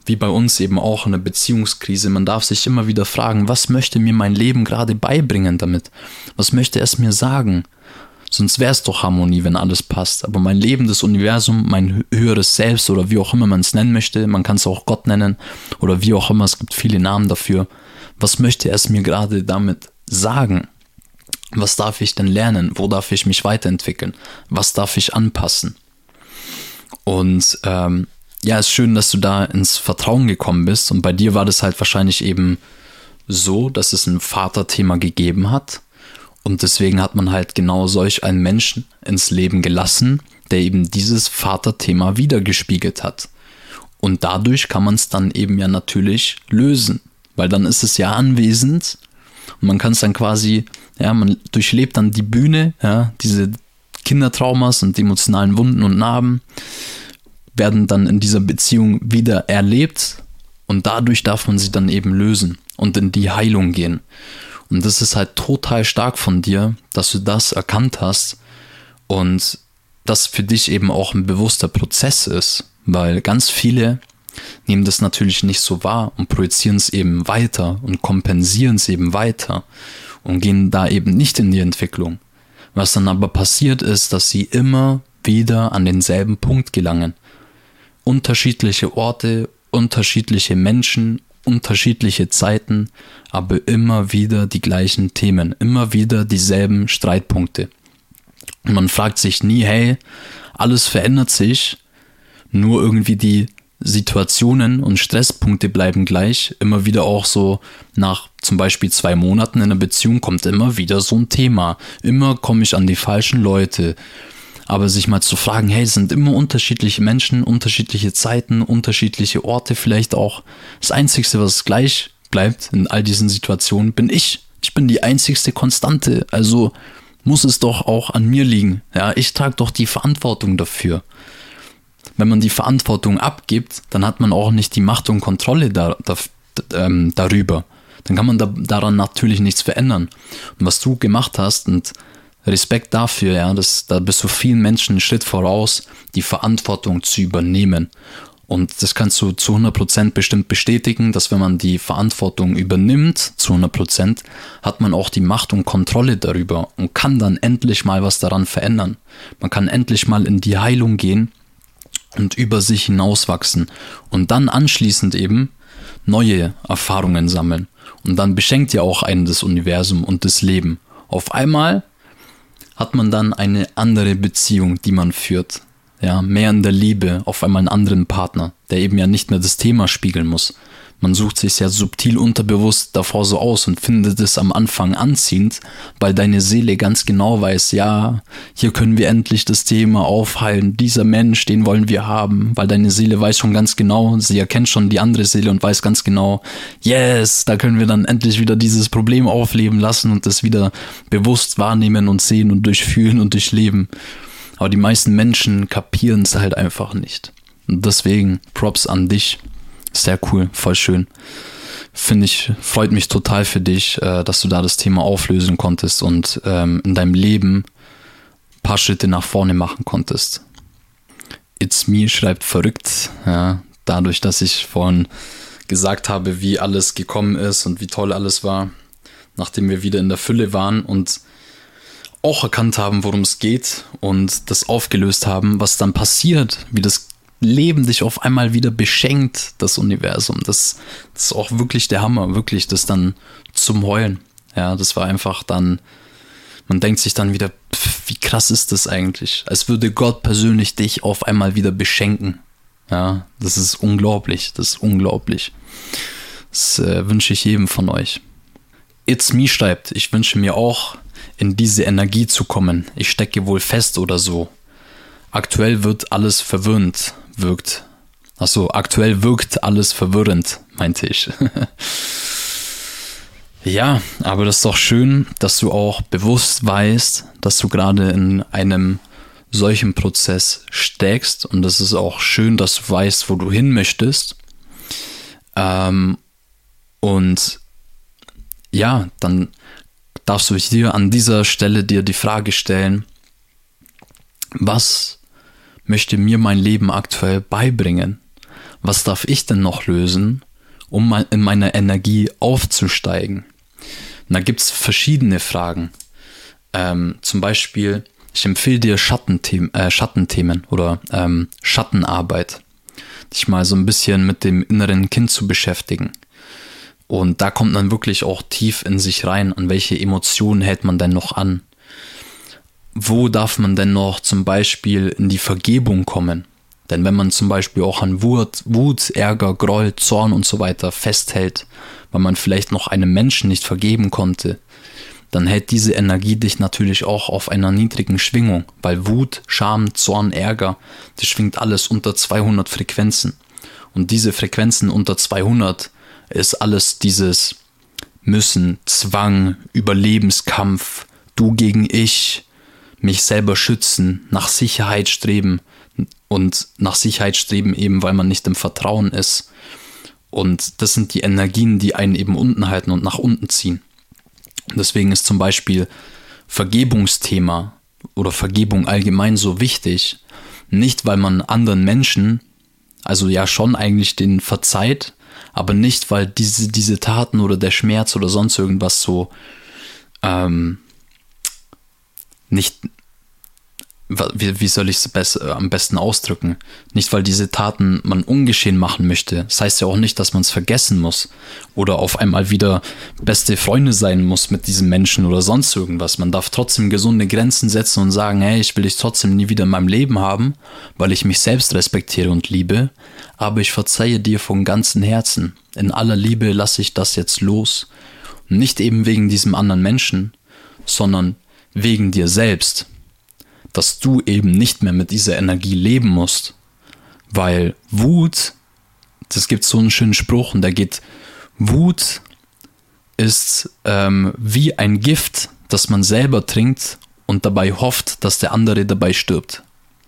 wie bei uns eben auch eine Beziehungskrise. Man darf sich immer wieder fragen, was möchte mir mein Leben gerade beibringen damit? Was möchte es mir sagen? Sonst wäre es doch Harmonie, wenn alles passt. Aber mein Leben, das Universum, mein höheres Selbst oder wie auch immer man es nennen möchte, man kann es auch Gott nennen oder wie auch immer, es gibt viele Namen dafür. Was möchte es mir gerade damit sagen? Was darf ich denn lernen? Wo darf ich mich weiterentwickeln? Was darf ich anpassen? Und ähm, ja, es ist schön, dass du da ins Vertrauen gekommen bist. Und bei dir war das halt wahrscheinlich eben so, dass es ein Vaterthema gegeben hat. Und deswegen hat man halt genau solch einen Menschen ins Leben gelassen, der eben dieses Vaterthema wiedergespiegelt hat. Und dadurch kann man es dann eben ja natürlich lösen. Weil dann ist es ja anwesend und man kann es dann quasi, ja, man durchlebt dann die Bühne, ja, diese Kindertraumas und die emotionalen Wunden und Narben werden dann in dieser Beziehung wieder erlebt und dadurch darf man sie dann eben lösen und in die Heilung gehen. Und das ist halt total stark von dir, dass du das erkannt hast und das für dich eben auch ein bewusster Prozess ist, weil ganz viele nehmen das natürlich nicht so wahr und projizieren es eben weiter und kompensieren es eben weiter und gehen da eben nicht in die Entwicklung. Was dann aber passiert ist, dass sie immer wieder an denselben Punkt gelangen. Unterschiedliche Orte, unterschiedliche Menschen, unterschiedliche Zeiten, aber immer wieder die gleichen Themen, immer wieder dieselben Streitpunkte. Und man fragt sich nie, hey, alles verändert sich, nur irgendwie die Situationen und Stresspunkte bleiben gleich. Immer wieder auch so nach zum Beispiel zwei Monaten in einer Beziehung kommt immer wieder so ein Thema. Immer komme ich an die falschen Leute. Aber sich mal zu fragen, hey, es sind immer unterschiedliche Menschen, unterschiedliche Zeiten, unterschiedliche Orte vielleicht auch. Das Einzige, was gleich bleibt in all diesen Situationen, bin ich. Ich bin die einzigste Konstante. Also muss es doch auch an mir liegen. Ja, ich trage doch die Verantwortung dafür. Wenn man die Verantwortung abgibt, dann hat man auch nicht die Macht und Kontrolle da, da, ähm, darüber. Dann kann man da, daran natürlich nichts verändern. Und was du gemacht hast, und Respekt dafür, ja, das, da bist du vielen Menschen einen Schritt voraus, die Verantwortung zu übernehmen. Und das kannst du zu hundert Prozent bestimmt bestätigen, dass wenn man die Verantwortung übernimmt, zu hundert Prozent, hat man auch die Macht und Kontrolle darüber und kann dann endlich mal was daran verändern. Man kann endlich mal in die Heilung gehen und über sich hinauswachsen und dann anschließend eben neue Erfahrungen sammeln. Und dann beschenkt ja auch einen das Universum und das Leben. Auf einmal hat man dann eine andere Beziehung, die man führt. Ja, mehr in der Liebe, auf einmal einen anderen Partner, der eben ja nicht mehr das Thema spiegeln muss. Man sucht sich ja subtil unterbewusst davor so aus und findet es am Anfang anziehend, weil deine Seele ganz genau weiß, ja, hier können wir endlich das Thema aufheilen, dieser Mensch, den wollen wir haben, weil deine Seele weiß schon ganz genau, sie erkennt schon die andere Seele und weiß ganz genau, yes, da können wir dann endlich wieder dieses Problem aufleben lassen und das wieder bewusst wahrnehmen und sehen und durchfühlen und durchleben. Aber die meisten Menschen kapieren es halt einfach nicht. Und deswegen Props an dich. Sehr cool, voll schön. Finde ich, freut mich total für dich, äh, dass du da das Thema auflösen konntest und ähm, in deinem Leben ein paar Schritte nach vorne machen konntest. It's Me schreibt verrückt, ja, dadurch, dass ich vorhin gesagt habe, wie alles gekommen ist und wie toll alles war, nachdem wir wieder in der Fülle waren und auch erkannt haben, worum es geht und das aufgelöst haben, was dann passiert, wie das Leben dich auf einmal wieder beschenkt, das Universum. Das, das ist auch wirklich der Hammer, wirklich, das dann zum Heulen. Ja, das war einfach dann, man denkt sich dann wieder, pff, wie krass ist das eigentlich? Als würde Gott persönlich dich auf einmal wieder beschenken. Ja, das ist unglaublich, das ist unglaublich. Das äh, wünsche ich jedem von euch. It's Me schreibt, ich wünsche mir auch, in diese Energie zu kommen. Ich stecke wohl fest oder so. Aktuell wird alles verwirrend, wirkt. Achso, aktuell wirkt alles verwirrend, meinte ich. Ja, aber das ist doch schön, dass du auch bewusst weißt, dass du gerade in einem solchen Prozess steckst und das ist auch schön, dass du weißt, wo du hin möchtest. Ähm, und ja, dann darfst du dir an dieser Stelle dir die Frage stellen, was möchte mir mein Leben aktuell beibringen? was darf ich denn noch lösen, um mal in meiner Energie aufzusteigen? Und da gibt es verschiedene Fragen. Ähm, zum Beispiel, ich empfehle dir Schattenthemen, äh, Schattenthemen oder ähm, Schattenarbeit, dich mal so ein bisschen mit dem inneren Kind zu beschäftigen. Und da kommt man wirklich auch tief in sich rein, an welche Emotionen hält man denn noch an? Wo darf man denn noch zum Beispiel in die Vergebung kommen? Denn wenn man zum Beispiel auch an Wut, Wut, Ärger, Groll, Zorn und so weiter festhält, weil man vielleicht noch einem Menschen nicht vergeben konnte, dann hält diese Energie dich natürlich auch auf einer niedrigen Schwingung, weil Wut, Scham, Zorn, Ärger, das schwingt alles unter zweihundert Frequenzen. Und diese Frequenzen unter zweihundert ist alles dieses Müssen, Zwang, Überlebenskampf, du gegen ich, mich selber schützen, nach Sicherheit streben und nach Sicherheit streben eben, weil man nicht im Vertrauen ist. Und das sind die Energien, die einen eben unten halten und nach unten ziehen. Deswegen ist zum Beispiel Vergebungsthema oder Vergebung allgemein so wichtig, nicht weil man anderen Menschen, also ja schon eigentlich den verzeiht, aber nicht, weil diese, diese Taten oder der Schmerz oder sonst irgendwas so ähm, nicht, wie, wie soll ich es best, äh, am besten ausdrücken, nicht, weil diese Taten man ungeschehen machen möchte. Das heißt ja auch nicht, dass man es vergessen muss oder auf einmal wieder beste Freunde sein muss mit diesem Menschen oder sonst irgendwas. Man darf trotzdem gesunde Grenzen setzen und sagen, hey, ich will dich trotzdem nie wieder in meinem Leben haben, weil ich mich selbst respektiere und liebe, aber ich verzeihe dir von ganzem Herzen. In aller Liebe lasse ich das jetzt los. Und nicht eben wegen diesem anderen Menschen, sondern wegen dir selbst. Dass du eben nicht mehr mit dieser Energie leben musst. Weil Wut, das gibt so einen schönen Spruch und der geht, Wut ist ähm, wie ein Gift, das man selber trinkt und dabei hofft, dass der andere dabei stirbt.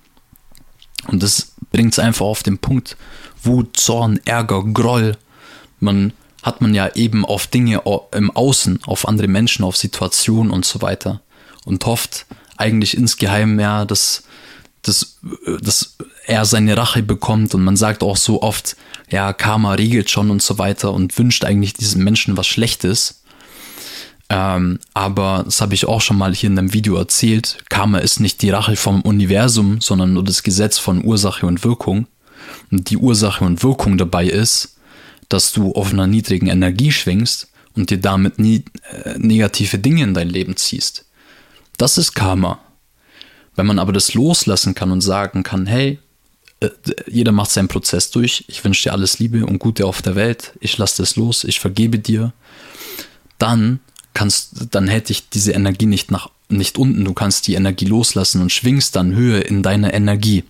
Und das bringt es einfach auf den Punkt. Wut, Zorn, Ärger, Groll. Man hat man ja eben auf Dinge im Außen, auf andere Menschen, auf Situationen und so weiter. Und hofft eigentlich insgeheim, ja, dass, dass, dass er seine Rache bekommt. Und man sagt auch so oft, ja, Karma regelt schon und so weiter und wünscht eigentlich diesem Menschen was Schlechtes. Ähm, aber das habe ich auch schon mal hier in einem Video erzählt. Karma ist nicht die Rache vom Universum, sondern nur das Gesetz von Ursache und Wirkung. Und die Ursache und Wirkung dabei ist, dass du auf einer niedrigen Energie schwingst und dir damit nie, äh, negative Dinge in dein Leben ziehst. Das ist Karma. Wenn man aber das loslassen kann und sagen kann, hey, äh, jeder macht seinen Prozess durch, ich wünsche dir alles Liebe und Gute auf der Welt, ich lasse das los, ich vergebe dir, dann kannst, dann hält dich diese Energie nicht nach, nicht unten, du kannst die Energie loslassen und schwingst dann höher in deiner Energie.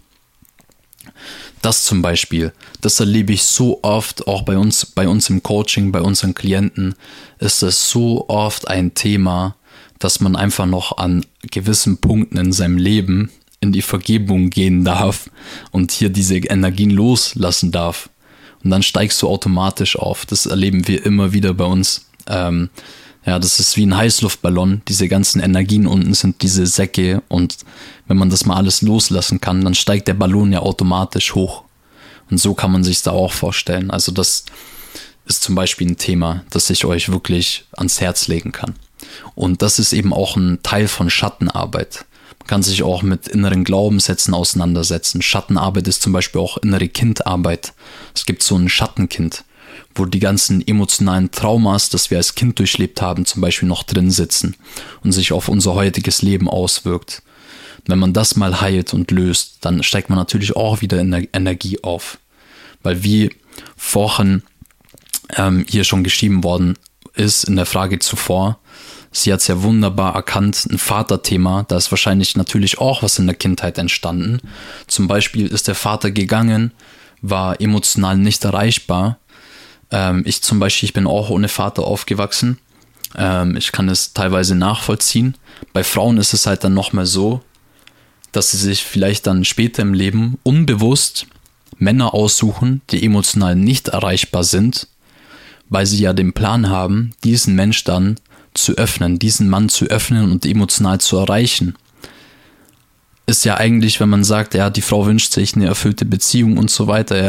Das zum Beispiel, das erlebe ich so oft, auch bei uns, bei uns im Coaching, bei unseren Klienten, ist es so oft ein Thema, dass man einfach noch an gewissen Punkten in seinem Leben in die Vergebung gehen darf und hier diese Energien loslassen darf. Und dann steigst du automatisch auf. Das erleben wir immer wieder bei uns. Ähm, ja, das ist wie ein Heißluftballon. Diese ganzen Energien unten sind diese Säcke und wenn man das mal alles loslassen kann, dann steigt der Ballon ja automatisch hoch. Und so kann man sich da auch vorstellen. Also das ist zum Beispiel ein Thema, das ich euch wirklich ans Herz legen kann. Und das ist eben auch ein Teil von Schattenarbeit. Man kann sich auch mit inneren Glaubenssätzen auseinandersetzen. Schattenarbeit ist zum Beispiel auch innere Kindarbeit. Es gibt so ein Schattenkind, wo die ganzen emotionalen Traumas, das wir als Kind durchlebt haben, zum Beispiel noch drin sitzen und sich auf unser heutiges Leben auswirkt. Wenn man das mal heilt und löst, dann steigt man natürlich auch wieder in der Energie auf. Weil wie vorhin ähm, hier schon geschrieben worden ist in der Frage zuvor, sie hat es ja wunderbar erkannt, ein Vaterthema, da ist wahrscheinlich natürlich auch was in der Kindheit entstanden. Zum Beispiel ist der Vater gegangen, war emotional nicht erreichbar. Ähm, ich zum Beispiel, ich bin auch ohne Vater aufgewachsen. Ähm, ich kann es teilweise nachvollziehen. Bei Frauen ist es halt dann nochmal so, dass sie sich vielleicht dann später im Leben unbewusst Männer aussuchen, die emotional nicht erreichbar sind, weil sie ja den Plan haben, diesen Mensch dann zu öffnen, diesen Mann zu öffnen und emotional zu erreichen. Ist ja eigentlich, wenn man sagt, ja, die Frau wünscht sich eine erfüllte Beziehung und so weiter, ja,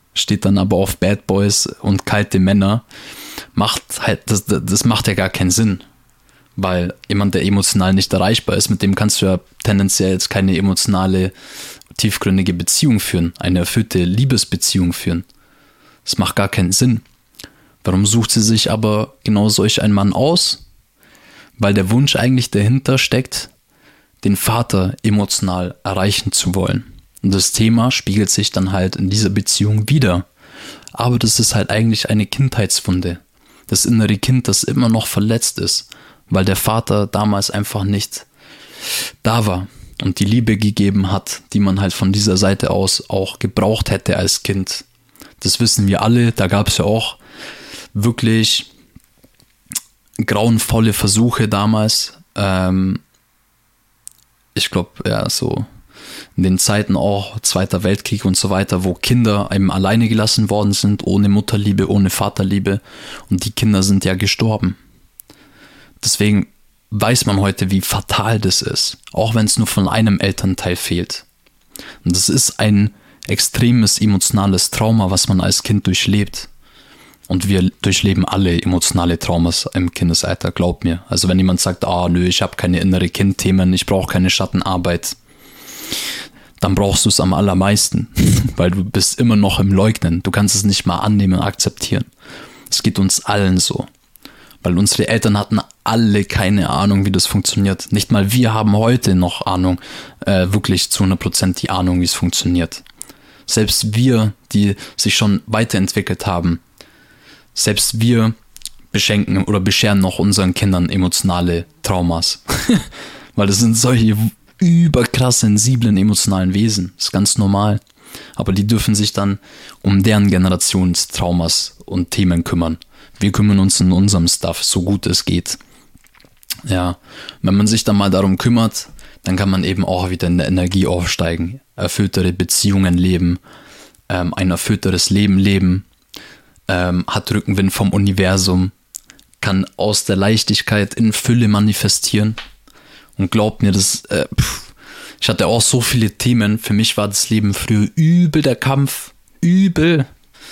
steht dann aber auf Bad Boys und kalte Männer, macht halt, das, das macht ja gar keinen Sinn. Weil jemand, der emotional nicht erreichbar ist, mit dem kannst du ja tendenziell jetzt keine emotionale, tiefgründige Beziehung führen, eine erfüllte Liebesbeziehung führen. Das macht gar keinen Sinn. Warum sucht sie sich aber genau solch einen Mann aus? Weil der Wunsch eigentlich dahinter steckt, den Vater emotional erreichen zu wollen. Und das Thema spiegelt sich dann halt in dieser Beziehung wieder. Aber das ist halt eigentlich eine Kindheitswunde. Das innere Kind, das immer noch verletzt ist, weil der Vater damals einfach nicht da war und die Liebe gegeben hat, die man halt von dieser Seite aus auch gebraucht hätte als Kind. Das wissen wir alle, da gab es ja auch wirklich grauenvolle Versuche damals. Ähm, ich glaube, ja, so in den Zeiten auch Zweiter Weltkrieg und so weiter, wo Kinder eben alleine gelassen worden sind, ohne Mutterliebe, ohne Vaterliebe, und die Kinder sind ja gestorben. Deswegen weiß man heute, wie fatal das ist, auch wenn es nur von einem Elternteil fehlt. Und das ist ein extremes emotionales Trauma, was man als Kind durchlebt. Und wir durchleben alle emotionale Traumas im Kindesalter, glaub mir. Also wenn jemand sagt, ah nö, ich habe keine innere Kindthemen, ich brauche keine Schattenarbeit, dann brauchst du es am allermeisten, weil du bist immer noch im Leugnen. Du kannst es nicht mal annehmen und akzeptieren. Es geht uns allen so. Weil unsere Eltern hatten alle keine Ahnung, wie das funktioniert. Nicht mal wir haben heute noch Ahnung, äh, wirklich zu hundert Prozent die Ahnung, wie es funktioniert. Selbst wir, die sich schon weiterentwickelt haben, selbst wir beschenken oder bescheren noch unseren Kindern emotionale Traumas. Weil das sind solche überkrass sensiblen, emotionalen Wesen. Das ist ganz normal. Aber die dürfen sich dann um deren Generationstraumas und Themen kümmern. Wir kümmern uns in unserem Stuff, so gut es geht. Ja, wenn man sich dann mal darum kümmert, dann kann man eben auch wieder in der Energie aufsteigen, erfülltere Beziehungen leben, ähm, ein erfüllteres Leben leben, ähm, hat Rückenwind vom Universum, kann aus der Leichtigkeit in Fülle manifestieren. Und glaubt mir, das, äh, pff, ich hatte auch so viele Themen. Für mich war das Leben früher übel der Kampf, übel.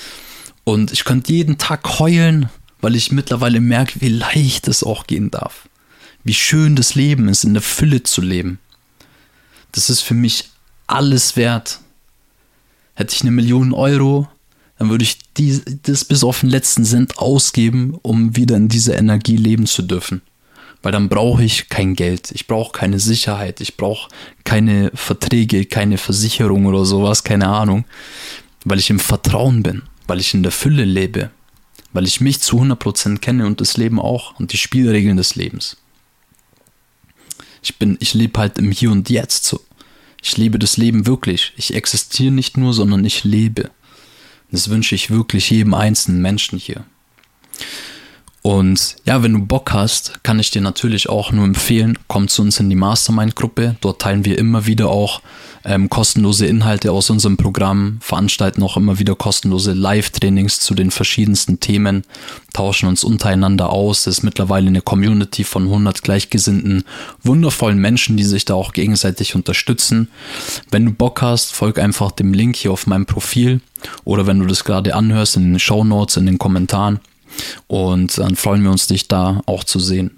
Und ich konnte jeden Tag heulen, weil ich mittlerweile merke, wie leicht es auch gehen darf. Wie schön das Leben ist, in der Fülle zu leben. Das ist für mich alles wert. Hätte ich eine Million Euro, dann würde ich die, das bis auf den letzten Cent ausgeben, um wieder in dieser Energie leben zu dürfen. Weil dann brauche ich kein Geld, ich brauche keine Sicherheit, ich brauche keine Verträge, keine Versicherung oder sowas, keine Ahnung. Weil ich im Vertrauen bin, weil ich in der Fülle lebe, weil ich mich zu hundert Prozent kenne und das Leben auch und die Spielregeln des Lebens. Ich bin, ich lebe halt im Hier und Jetzt so. Ich lebe das Leben wirklich. Ich existiere nicht nur, sondern ich lebe. Das wünsche ich wirklich jedem einzelnen Menschen hier. Und ja, wenn du Bock hast, kann ich dir natürlich auch nur empfehlen, komm zu uns in die Mastermind-Gruppe. Dort teilen wir immer wieder auch ähm, kostenlose Inhalte aus unserem Programm, veranstalten auch immer wieder kostenlose Live-Trainings zu den verschiedensten Themen, tauschen uns untereinander aus. Es ist mittlerweile eine Community von hundert gleichgesinnten, wundervollen Menschen, die sich da auch gegenseitig unterstützen. Wenn du Bock hast, folg einfach dem Link hier auf meinem Profil oder wenn du das gerade anhörst, in den Shownotes, in den Kommentaren. Und dann freuen wir uns, dich da auch zu sehen.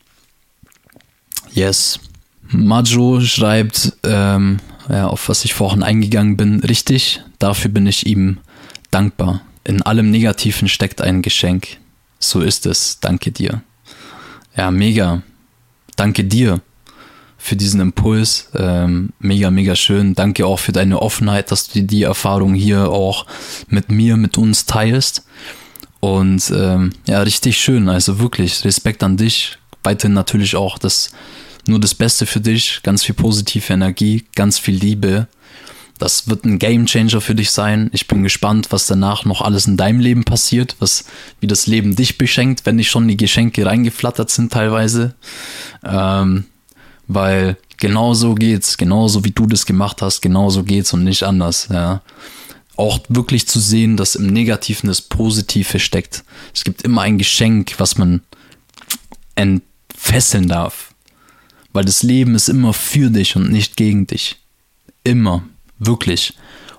Yes. Majo schreibt, ähm, ja, auf was ich vorhin eingegangen bin, richtig. Dafür bin ich ihm dankbar. In allem Negativen steckt ein Geschenk. So ist es. Danke dir. Ja, mega. Danke dir für diesen Impuls. Ähm, mega, mega schön. Danke auch für deine Offenheit, dass du die Erfahrung hier auch mit mir, mit uns teilst. Und ähm, ja, richtig schön, also wirklich Respekt an dich, weiterhin natürlich auch das, nur das Beste für dich, ganz viel positive Energie, ganz viel Liebe. Das wird ein Gamechanger für dich sein. Ich bin gespannt, was danach noch alles in deinem Leben passiert, was, wie das Leben dich beschenkt, wenn nicht schon die Geschenke reingeflattert sind teilweise. Ähm, weil genau so geht's, genauso wie du das gemacht hast, genauso geht's und nicht anders, ja. Auch wirklich zu sehen, dass im Negativen das Positive steckt. Es gibt immer ein Geschenk, was man entfesseln darf. Weil das Leben ist immer für dich und nicht gegen dich. Immer. Wirklich.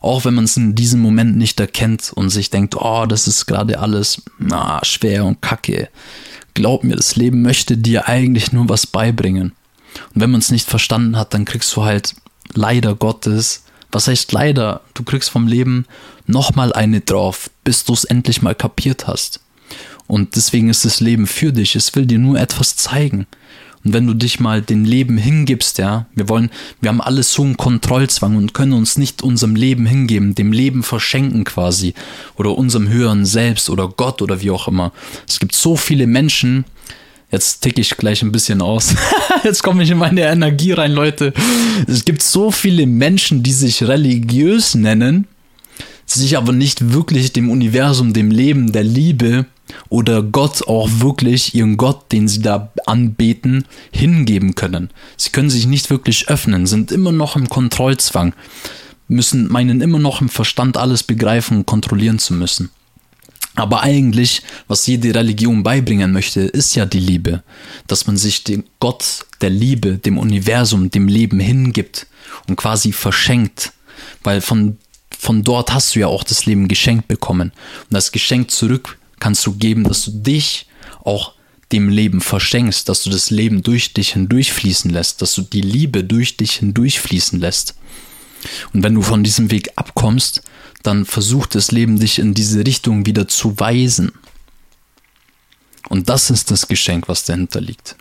Auch wenn man es in diesem Moment nicht erkennt und sich denkt, oh, das ist gerade alles na, schwer und kacke. Glaub mir, das Leben möchte dir eigentlich nur was beibringen. Und wenn man es nicht verstanden hat, dann kriegst du halt leider Gottes, was heißt leider, du kriegst vom Leben nochmal eine drauf, bis du es endlich mal kapiert hast. Und deswegen ist das Leben für dich, es will dir nur etwas zeigen. Und wenn du dich mal dem Leben hingibst, ja, wir wollen, wir haben alles so einen Kontrollzwang und können uns nicht unserem Leben hingeben, dem Leben verschenken quasi oder unserem höheren Selbst oder Gott oder wie auch immer. Es gibt so viele Menschen, jetzt ticke ich gleich ein bisschen aus, jetzt komme ich in meine Energie rein, Leute. Es gibt so viele Menschen, die sich religiös nennen, sich aber nicht wirklich dem Universum, dem Leben, der Liebe oder Gott auch wirklich, ihren Gott, den sie da anbeten, hingeben können. Sie können sich nicht wirklich öffnen, sind immer noch im Kontrollzwang, müssen, meinen immer noch im Verstand alles begreifen und kontrollieren zu müssen. Aber eigentlich, was jede Religion beibringen möchte, ist ja die Liebe. Dass man sich dem Gott der Liebe, dem Universum, dem Leben hingibt und quasi verschenkt. Weil von, von dort hast du ja auch das Leben geschenkt bekommen. Und das Geschenk zurück kannst du geben, dass du dich auch dem Leben verschenkst, dass du das Leben durch dich hindurchfließen lässt, dass du die Liebe durch dich hindurchfließen lässt. Und wenn du von diesem Weg abkommst, dann versucht das Leben dich in diese Richtung wieder zu weisen. Und das ist das Geschenk, was dahinter liegt.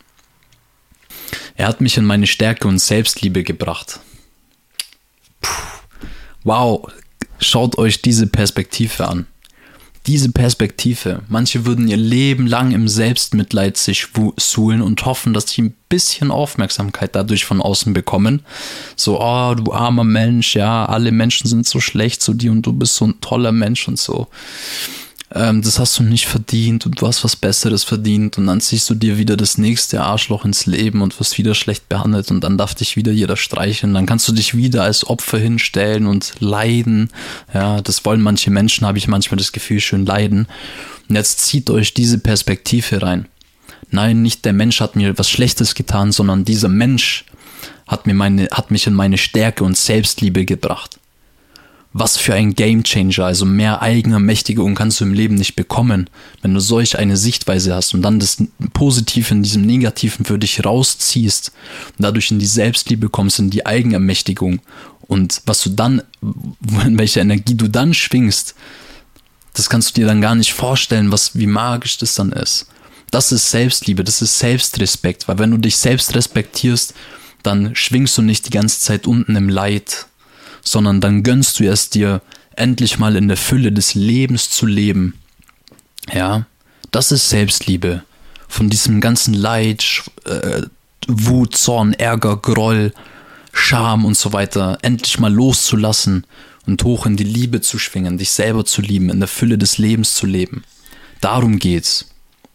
Er hat mich in meine Stärke und Selbstliebe gebracht. Puh. Wow, schaut euch diese Perspektive an. Diese Perspektive. Manche würden ihr Leben lang im Selbstmitleid sich suhlen und hoffen, dass sie ein bisschen Aufmerksamkeit dadurch von außen bekommen. So, oh, du armer Mensch, ja, alle Menschen sind so schlecht zu dir und du bist so ein toller Mensch und so. Ähm, das hast du nicht verdient und du hast was Besseres verdient und dann ziehst du dir wieder das nächste Arschloch ins Leben und wirst wieder schlecht behandelt und dann darf dich wieder jeder streicheln. Dann kannst du dich wieder als Opfer hinstellen und leiden. Ja, das wollen manche Menschen, habe ich manchmal das Gefühl, schön leiden. Und jetzt zieht euch diese Perspektive rein. Nein, nicht der Mensch hat mir was Schlechtes getan, sondern dieser Mensch hat mir meine, hat mich in meine Stärke und Selbstliebe gebracht. Was für ein Gamechanger, also mehr Eigenermächtigung kannst du im Leben nicht bekommen, wenn du solch eine Sichtweise hast und dann das Positive in diesem Negativen für dich rausziehst und dadurch in die Selbstliebe kommst, in die Eigenermächtigung und was du dann, in welcher Energie du dann schwingst, das kannst du dir dann gar nicht vorstellen, was, wie magisch das dann ist. Das ist Selbstliebe, das ist Selbstrespekt, weil wenn du dich selbst respektierst, dann schwingst du nicht die ganze Zeit unten im Leid, sondern dann gönnst du es dir, endlich mal in der Fülle des Lebens zu leben. Ja, das ist Selbstliebe. Von diesem ganzen Leid, äh, Wut, Zorn, Ärger, Groll, Scham und so weiter endlich mal loszulassen und hoch in die Liebe zu schwingen, dich selber zu lieben, in der Fülle des Lebens zu leben. Darum geht's.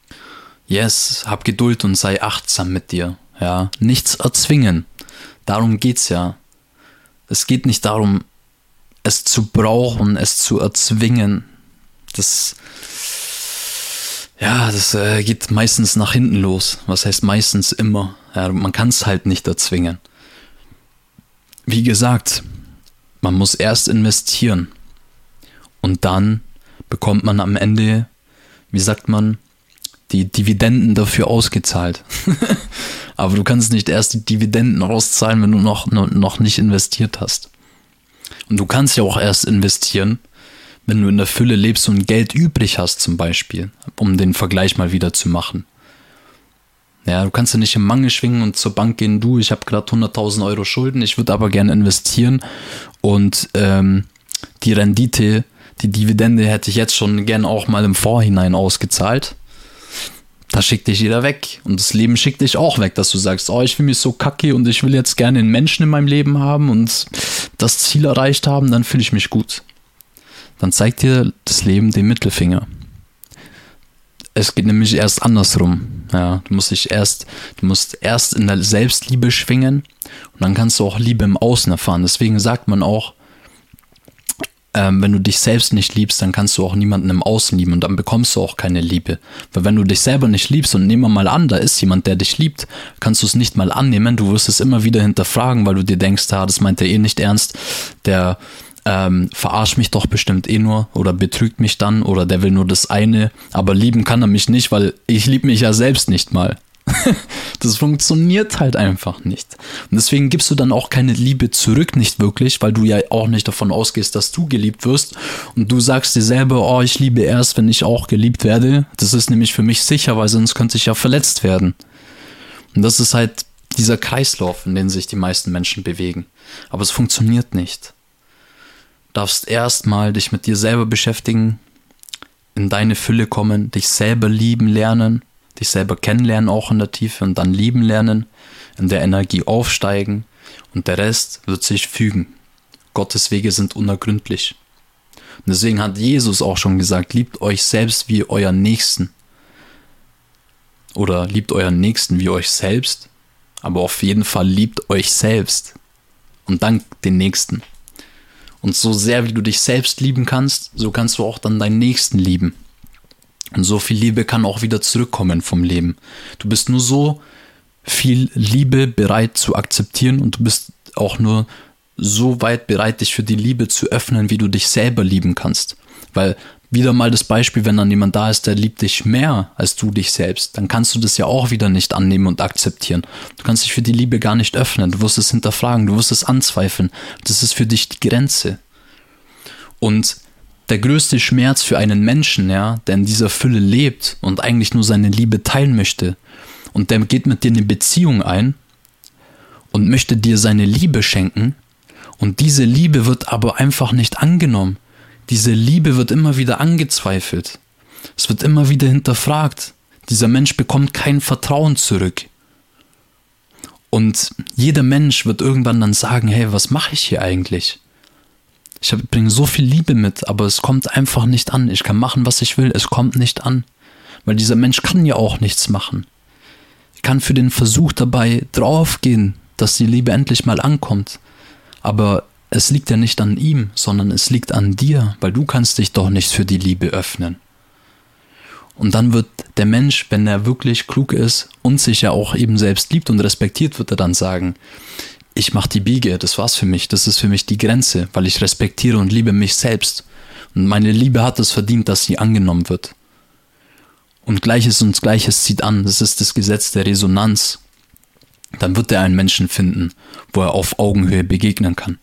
Yes, hab Geduld und sei achtsam mit dir. Ja, nichts erzwingen. Darum geht's ja. Es geht nicht darum, es zu brauchen, es zu erzwingen. Das, ja, das äh, geht meistens nach hinten los. Was heißt meistens immer? Ja, man kann es halt nicht erzwingen. Wie gesagt, man muss erst investieren. Und dann bekommt man am Ende, wie sagt man, die Dividenden dafür ausgezahlt. Aber du kannst nicht erst die Dividenden auszahlen, wenn du noch, noch nicht investiert hast. Und du kannst ja auch erst investieren, wenn du in der Fülle lebst und Geld übrig hast zum Beispiel, um den Vergleich mal wieder zu machen. Ja, du kannst ja nicht im Mangel schwingen und zur Bank gehen, du, ich habe gerade hunderttausend Euro Schulden, ich würde aber gerne investieren und ähm, die Rendite, die Dividende hätte ich jetzt schon gern auch mal im Vorhinein ausgezahlt. Da schickt dich jeder weg und das Leben schickt dich auch weg, dass du sagst, oh, ich fühle mich so kacke und ich will jetzt gerne einen Menschen in meinem Leben haben und das Ziel erreicht haben, dann fühle ich mich gut. Dann zeigt dir das Leben den Mittelfinger. Es geht nämlich erst andersrum. Ja, du musst dich erst, du musst erst in der Selbstliebe schwingen und dann kannst du auch Liebe im Außen erfahren. Deswegen sagt man auch, ähm, wenn du dich selbst nicht liebst, dann kannst du auch niemanden im Außen lieben und dann bekommst du auch keine Liebe. Weil wenn du dich selber nicht liebst und nehmen wir mal an, da ist jemand, der dich liebt, kannst du es nicht mal annehmen. Du wirst es immer wieder hinterfragen, weil du dir denkst, ah, das meint er eh nicht ernst. Der ähm, verarscht mich doch bestimmt eh nur oder betrügt mich dann oder der will nur das eine, aber lieben kann er mich nicht, weil ich liebe mich ja selbst nicht mal. Das funktioniert halt einfach nicht. Und deswegen gibst du dann auch keine Liebe zurück, nicht wirklich, weil du ja auch nicht davon ausgehst, dass du geliebt wirst. Und du sagst dir selber, oh, ich liebe erst, wenn ich auch geliebt werde. Das ist nämlich für mich sicher, weil sonst könnte ich ja verletzt werden. Und das ist halt dieser Kreislauf, in dem sich die meisten Menschen bewegen. Aber es funktioniert nicht. Du darfst erstmal dich mit dir selber beschäftigen, in deine Fülle kommen, dich selber lieben lernen, dich selber kennenlernen auch in der Tiefe und dann lieben lernen, in der Energie aufsteigen und der Rest wird sich fügen. Gottes Wege sind unergründlich. Und deswegen hat Jesus auch schon gesagt, liebt euch selbst wie euren Nächsten. Oder liebt euren Nächsten wie euch selbst, aber auf jeden Fall liebt euch selbst und dann den Nächsten. Und so sehr wie du dich selbst lieben kannst, so kannst du auch dann deinen Nächsten lieben. Und so viel Liebe kann auch wieder zurückkommen vom Leben. Du bist nur so viel Liebe bereit zu akzeptieren und du bist auch nur so weit bereit, dich für die Liebe zu öffnen, wie du dich selber lieben kannst. Weil wieder mal das Beispiel, wenn dann jemand da ist, der liebt dich mehr als du dich selbst, dann kannst du das ja auch wieder nicht annehmen und akzeptieren. Du kannst dich für die Liebe gar nicht öffnen, du wirst es hinterfragen, du wirst es anzweifeln. Das ist für dich die Grenze. Und der größte Schmerz für einen Menschen, ja, der in dieser Fülle lebt und eigentlich nur seine Liebe teilen möchte und der geht mit dir eine Beziehung ein und möchte dir seine Liebe schenken und diese Liebe wird aber einfach nicht angenommen. Diese Liebe wird immer wieder angezweifelt. Es wird immer wieder hinterfragt. Dieser Mensch bekommt kein Vertrauen zurück. Und jeder Mensch wird irgendwann dann sagen, hey, was mache ich hier eigentlich? Ich bringe so viel Liebe mit, aber es kommt einfach nicht an. Ich kann machen, was ich will, es kommt nicht an. Weil dieser Mensch kann ja auch nichts machen. Ich kann für den Versuch dabei draufgehen, dass die Liebe endlich mal ankommt. Aber es liegt ja nicht an ihm, sondern es liegt an dir, weil du kannst dich doch nicht für die Liebe öffnen. Und dann wird der Mensch, wenn er wirklich klug ist und sich ja auch eben selbst liebt und respektiert, wird er dann sagen, ich mache die Biege, das war's für mich, das ist für mich die Grenze, weil ich respektiere und liebe mich selbst. Und meine Liebe hat es verdient, dass sie angenommen wird. Und Gleiches und Gleiches zieht an, das ist das Gesetz der Resonanz. Dann wird er einen Menschen finden, wo er auf Augenhöhe begegnen kann.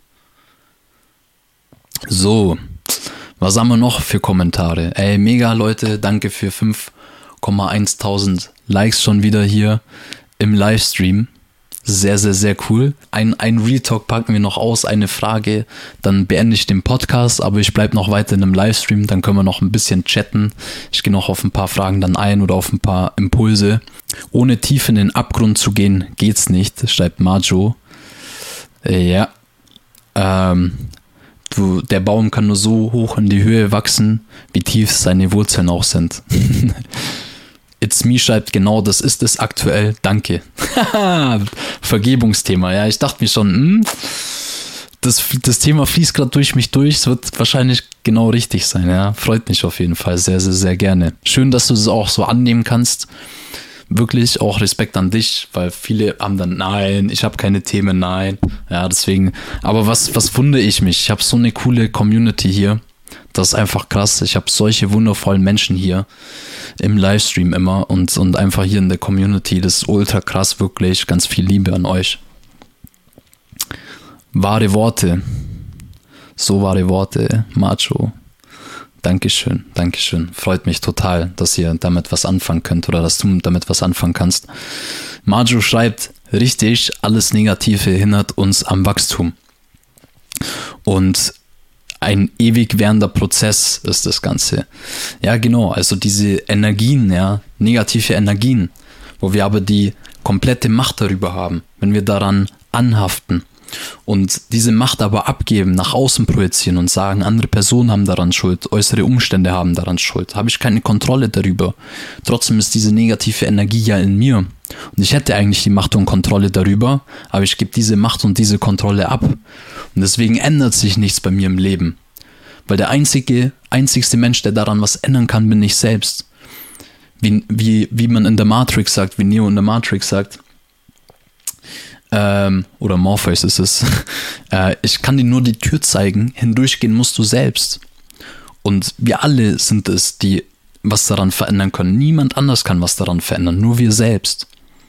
So, was haben wir noch für Kommentare? Ey, mega Leute, danke für fünf Komma eins tausend Likes schon wieder hier im Livestream. Sehr, sehr, sehr cool. Ein, ein Real-Talk packen wir noch aus, eine Frage, dann beende ich den Podcast, aber ich bleibe noch weiter in einem Livestream, dann können wir noch ein bisschen chatten. Ich gehe noch auf ein paar Fragen dann ein oder auf ein paar Impulse. Ohne tief in den Abgrund zu gehen, geht's nicht, schreibt Majo. Ja, ähm, du, der Baum kann nur so hoch in die Höhe wachsen, wie tief seine Wurzeln auch sind. It's Me schreibt, genau, das ist es aktuell, danke. Vergebungsthema, ja, ich dachte mir schon, hm, das, das Thema fließt gerade durch mich durch, es wird wahrscheinlich genau richtig sein, ja, freut mich auf jeden Fall sehr, sehr, sehr gerne. Schön, dass du es auch so annehmen kannst, wirklich auch Respekt an dich, weil viele haben dann, nein, ich habe keine Themen, nein, ja, deswegen, aber was, was wundere ich mich, ich habe so eine coole Community hier. Das ist einfach krass. Ich habe solche wundervollen Menschen hier im Livestream immer und, und einfach hier in der Community. Das ist ultra krass, wirklich. Ganz viel Liebe an euch. Wahre Worte. So wahre Worte, Macho. Dankeschön, Dankeschön. Freut mich total, dass ihr damit was anfangen könnt oder dass du damit was anfangen kannst. Majo schreibt, richtig, alles Negative hindert uns am Wachstum. Und ein ewig währender Prozess ist das Ganze. Ja, genau, also diese Energien, ja, negative Energien, wo wir aber die komplette Macht darüber haben, wenn wir daran anhaften und diese Macht aber abgeben, nach außen projizieren und sagen, andere Personen haben daran Schuld, äußere Umstände haben daran Schuld, habe ich keine Kontrolle darüber. Trotzdem ist diese negative Energie ja in mir und ich hätte eigentlich die Macht und Kontrolle darüber, aber ich gebe diese Macht und diese Kontrolle ab. Und deswegen ändert sich nichts bei mir im Leben. Weil der einzige, einzigste Mensch, der daran was ändern kann, bin ich selbst. Wie, wie, wie man in der Matrix sagt, wie Neo in der Matrix sagt, ähm, oder Morpheus ist es, äh, ich kann dir nur die Tür zeigen, hindurchgehen musst du selbst. Und wir alle sind es, die was daran verändern können. Niemand anders kann was daran verändern, nur wir selbst.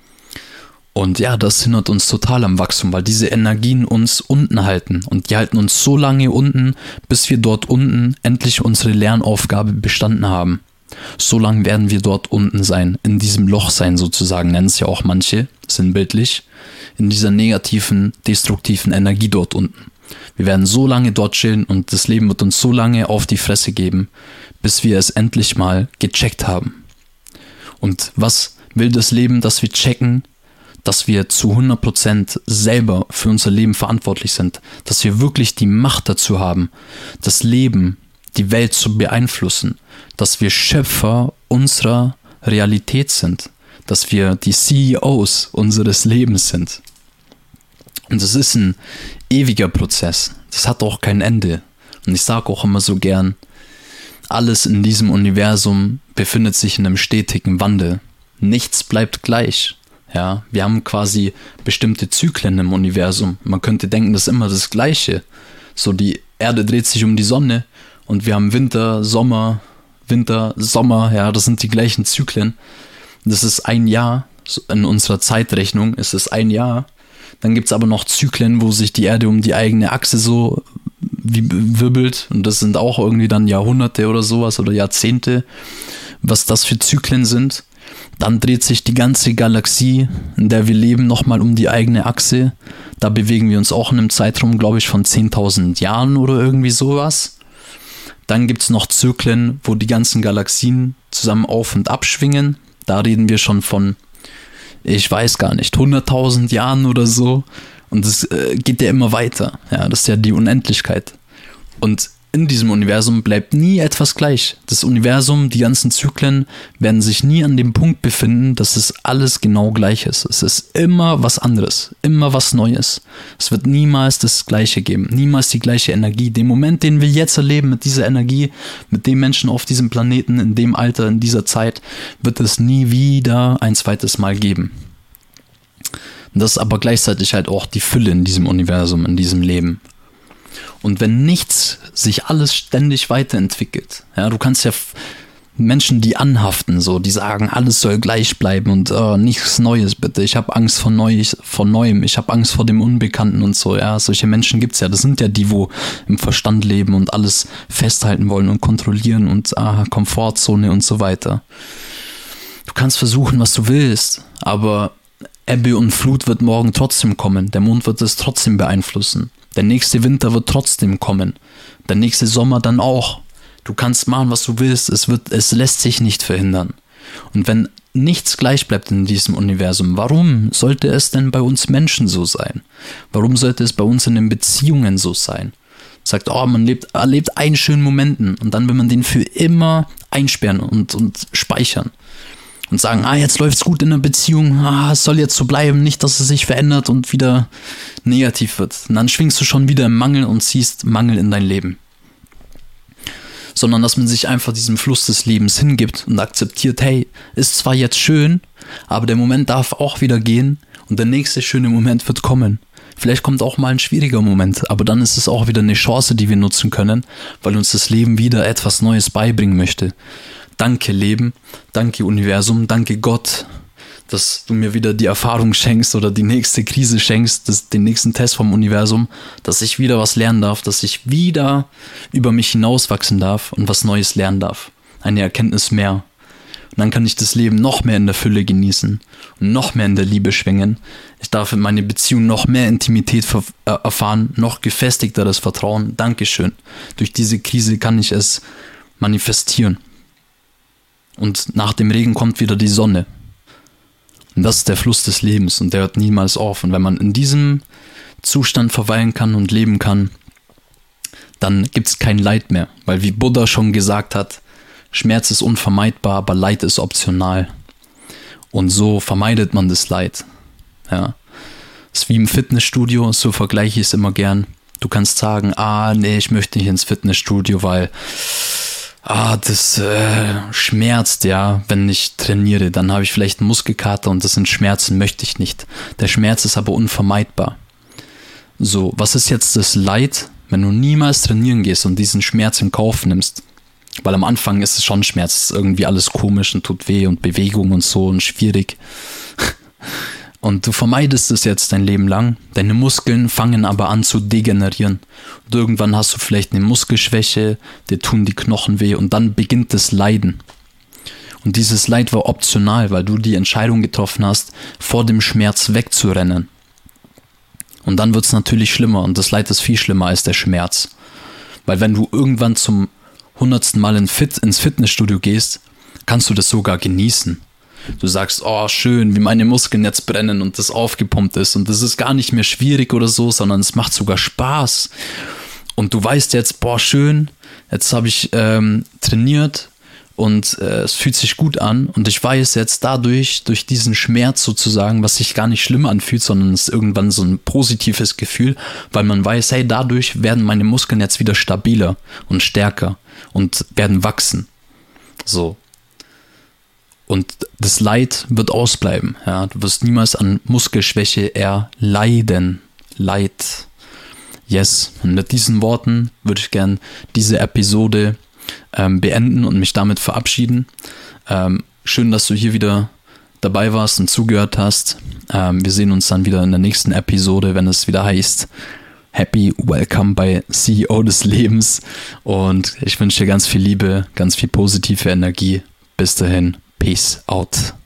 Und ja, das hindert uns total am Wachstum, weil diese Energien uns unten halten. Und die halten uns so lange unten, bis wir dort unten endlich unsere Lernaufgabe bestanden haben. So lange werden wir dort unten sein, in diesem Loch sein sozusagen, nennen es ja auch manche, sinnbildlich, in dieser negativen, destruktiven Energie dort unten. Wir werden so lange dort chillen und das Leben wird uns so lange auf die Fresse geben, bis wir es endlich mal gecheckt haben. Und was will das Leben, dass wir checken? Dass wir zu hundert Prozent selber für unser Leben verantwortlich sind, dass wir wirklich die Macht dazu haben, das Leben, die Welt zu beeinflussen, dass wir Schöpfer unserer Realität sind, dass wir die C E Os unseres Lebens sind. Und es ist ein ewiger Prozess, das hat auch kein Ende. Und ich sage auch immer so gern, alles in diesem Universum befindet sich in einem stetigen Wandel. Nichts bleibt gleich. Ja, wir haben quasi bestimmte Zyklen im Universum. Man könnte denken, das ist immer das Gleiche. So, die Erde dreht sich um die Sonne und wir haben Winter, Sommer, Winter, Sommer. Ja, das sind die gleichen Zyklen. Das ist ein Jahr. In unserer Zeitrechnung ist es ein Jahr. Dann gibt es aber noch Zyklen, wo sich die Erde um die eigene Achse so wirbelt. Und das sind auch irgendwie dann Jahrhunderte oder sowas oder Jahrzehnte, was das für Zyklen sind. Dann dreht sich die ganze Galaxie, in der wir leben, nochmal um die eigene Achse. Da bewegen wir uns auch in einem Zeitraum, glaube ich, von zehntausend Jahren oder irgendwie sowas. Dann gibt es noch Zyklen, wo die ganzen Galaxien zusammen auf- und abschwingen. Da reden wir schon von, ich weiß gar nicht, hunderttausend Jahren oder so. Und es äh, geht ja immer weiter. Ja, das ist ja die Unendlichkeit. Und in diesem Universum bleibt nie etwas gleich. Das Universum, die ganzen Zyklen werden sich nie an dem Punkt befinden, dass es alles genau gleich ist. Es ist immer was anderes, immer was Neues. Es wird niemals das Gleiche geben, niemals die gleiche Energie. Den Moment, den wir jetzt erleben mit dieser Energie, mit dem Menschen auf diesem Planeten, in dem Alter, in dieser Zeit, wird es nie wieder ein zweites Mal geben. Das ist aber gleichzeitig halt auch die Fülle in diesem Universum, in diesem Leben. Und wenn nichts sich alles ständig weiterentwickelt, ja, du kannst ja Menschen, die anhaften, so, die sagen, alles soll gleich bleiben und uh, nichts Neues bitte, ich habe Angst vor, Neu vor Neuem, ich habe Angst vor dem Unbekannten und so, ja, solche Menschen gibt's ja, das sind ja die, wo im Verstand leben und alles festhalten wollen und kontrollieren und ah, Komfortzone und so weiter. Du kannst versuchen, was du willst, aber Ebbe und Flut wird morgen trotzdem kommen, der Mond wird es trotzdem beeinflussen. Der nächste Winter wird trotzdem kommen. Der nächste Sommer dann auch. Du kannst machen, was du willst. Es wird, es lässt sich nicht verhindern. Und wenn nichts gleich bleibt in diesem Universum, warum sollte es denn bei uns Menschen so sein? Warum sollte es bei uns in den Beziehungen so sein? Sagt, oh, man lebt, erlebt einen schönen Momenten und dann will man den für immer einsperren und, und speichern. Und sagen, ah, jetzt läuft's gut in der Beziehung, ah, es soll jetzt so bleiben, nicht, dass es sich verändert und wieder negativ wird. Und dann schwingst du schon wieder im Mangel und ziehst Mangel in dein Leben. Sondern, dass man sich einfach diesem Fluss des Lebens hingibt und akzeptiert, hey, ist zwar jetzt schön, aber der Moment darf auch wieder gehen und der nächste schöne Moment wird kommen. Vielleicht kommt auch mal ein schwieriger Moment, aber dann ist es auch wieder eine Chance, die wir nutzen können, weil uns das Leben wieder etwas Neues beibringen möchte. Danke Leben, danke Universum, danke Gott, dass du mir wieder die Erfahrung schenkst oder die nächste Krise schenkst, das, den nächsten Test vom Universum, dass ich wieder was lernen darf, dass ich wieder über mich hinauswachsen darf und was Neues lernen darf. Eine Erkenntnis mehr. Und dann kann ich das Leben noch mehr in der Fülle genießen und noch mehr in der Liebe schwingen. Ich darf in meine Beziehung noch mehr Intimität ver- äh, erfahren, noch gefestigteres Vertrauen. Dankeschön. Durch diese Krise kann ich es manifestieren. Und nach dem Regen kommt wieder die Sonne. Und das ist der Fluss des Lebens und der hört niemals auf. Und wenn man in diesem Zustand verweilen kann und leben kann, dann gibt es kein Leid mehr. Weil wie Buddha schon gesagt hat, Schmerz ist unvermeidbar, aber Leid ist optional. Und so vermeidet man das Leid. Ja. Das ist wie im Fitnessstudio, so vergleiche ich es immer gern. Du kannst sagen, ah, nee, ich möchte nicht ins Fitnessstudio, weil ah, das äh, schmerzt, ja, wenn ich trainiere. Dann habe ich vielleicht einen Muskelkater und das sind Schmerzen, möchte ich nicht. Der Schmerz ist aber unvermeidbar. So, was ist jetzt das Leid, wenn du niemals trainieren gehst und diesen Schmerz in Kauf nimmst? Weil am Anfang ist es schon Schmerz, es ist irgendwie alles komisch und tut weh und Bewegung und so und schwierig. Und du vermeidest es jetzt dein Leben lang. Deine Muskeln fangen aber an zu degenerieren. Und irgendwann hast du vielleicht eine Muskelschwäche, dir tun die Knochen weh und dann beginnt das Leiden. Und dieses Leid war optional, weil du die Entscheidung getroffen hast, vor dem Schmerz wegzurennen. Und dann wird es natürlich schlimmer und das Leid ist viel schlimmer als der Schmerz. Weil wenn du irgendwann zum hundertsten Mal in Fit, ins Fitnessstudio gehst, kannst du das sogar genießen. Du sagst, oh schön, wie meine Muskeln jetzt brennen und das aufgepumpt ist und das ist gar nicht mehr schwierig oder so, sondern es macht sogar Spaß. Und du weißt jetzt, boah schön, jetzt habe ich ähm, trainiert und äh, es fühlt sich gut an und ich weiß jetzt dadurch, durch diesen Schmerz sozusagen, was sich gar nicht schlimm anfühlt, sondern es ist irgendwann so ein positives Gefühl, weil man weiß, hey, dadurch werden meine Muskeln jetzt wieder stabiler und stärker und werden wachsen. So. Und das Leid wird ausbleiben. Ja? Du wirst niemals an Muskelschwäche erleiden. Leid. Yes. Und mit diesen Worten würde ich gern diese Episode ähm, beenden und mich damit verabschieden. Ähm, schön, dass du hier wieder dabei warst und zugehört hast. Ähm, wir sehen uns dann wieder in der nächsten Episode, wenn es wieder heißt Happy Welcome bei C E O des Lebens. Und ich wünsche dir ganz viel Liebe, ganz viel positive Energie. Bis dahin. Peace out.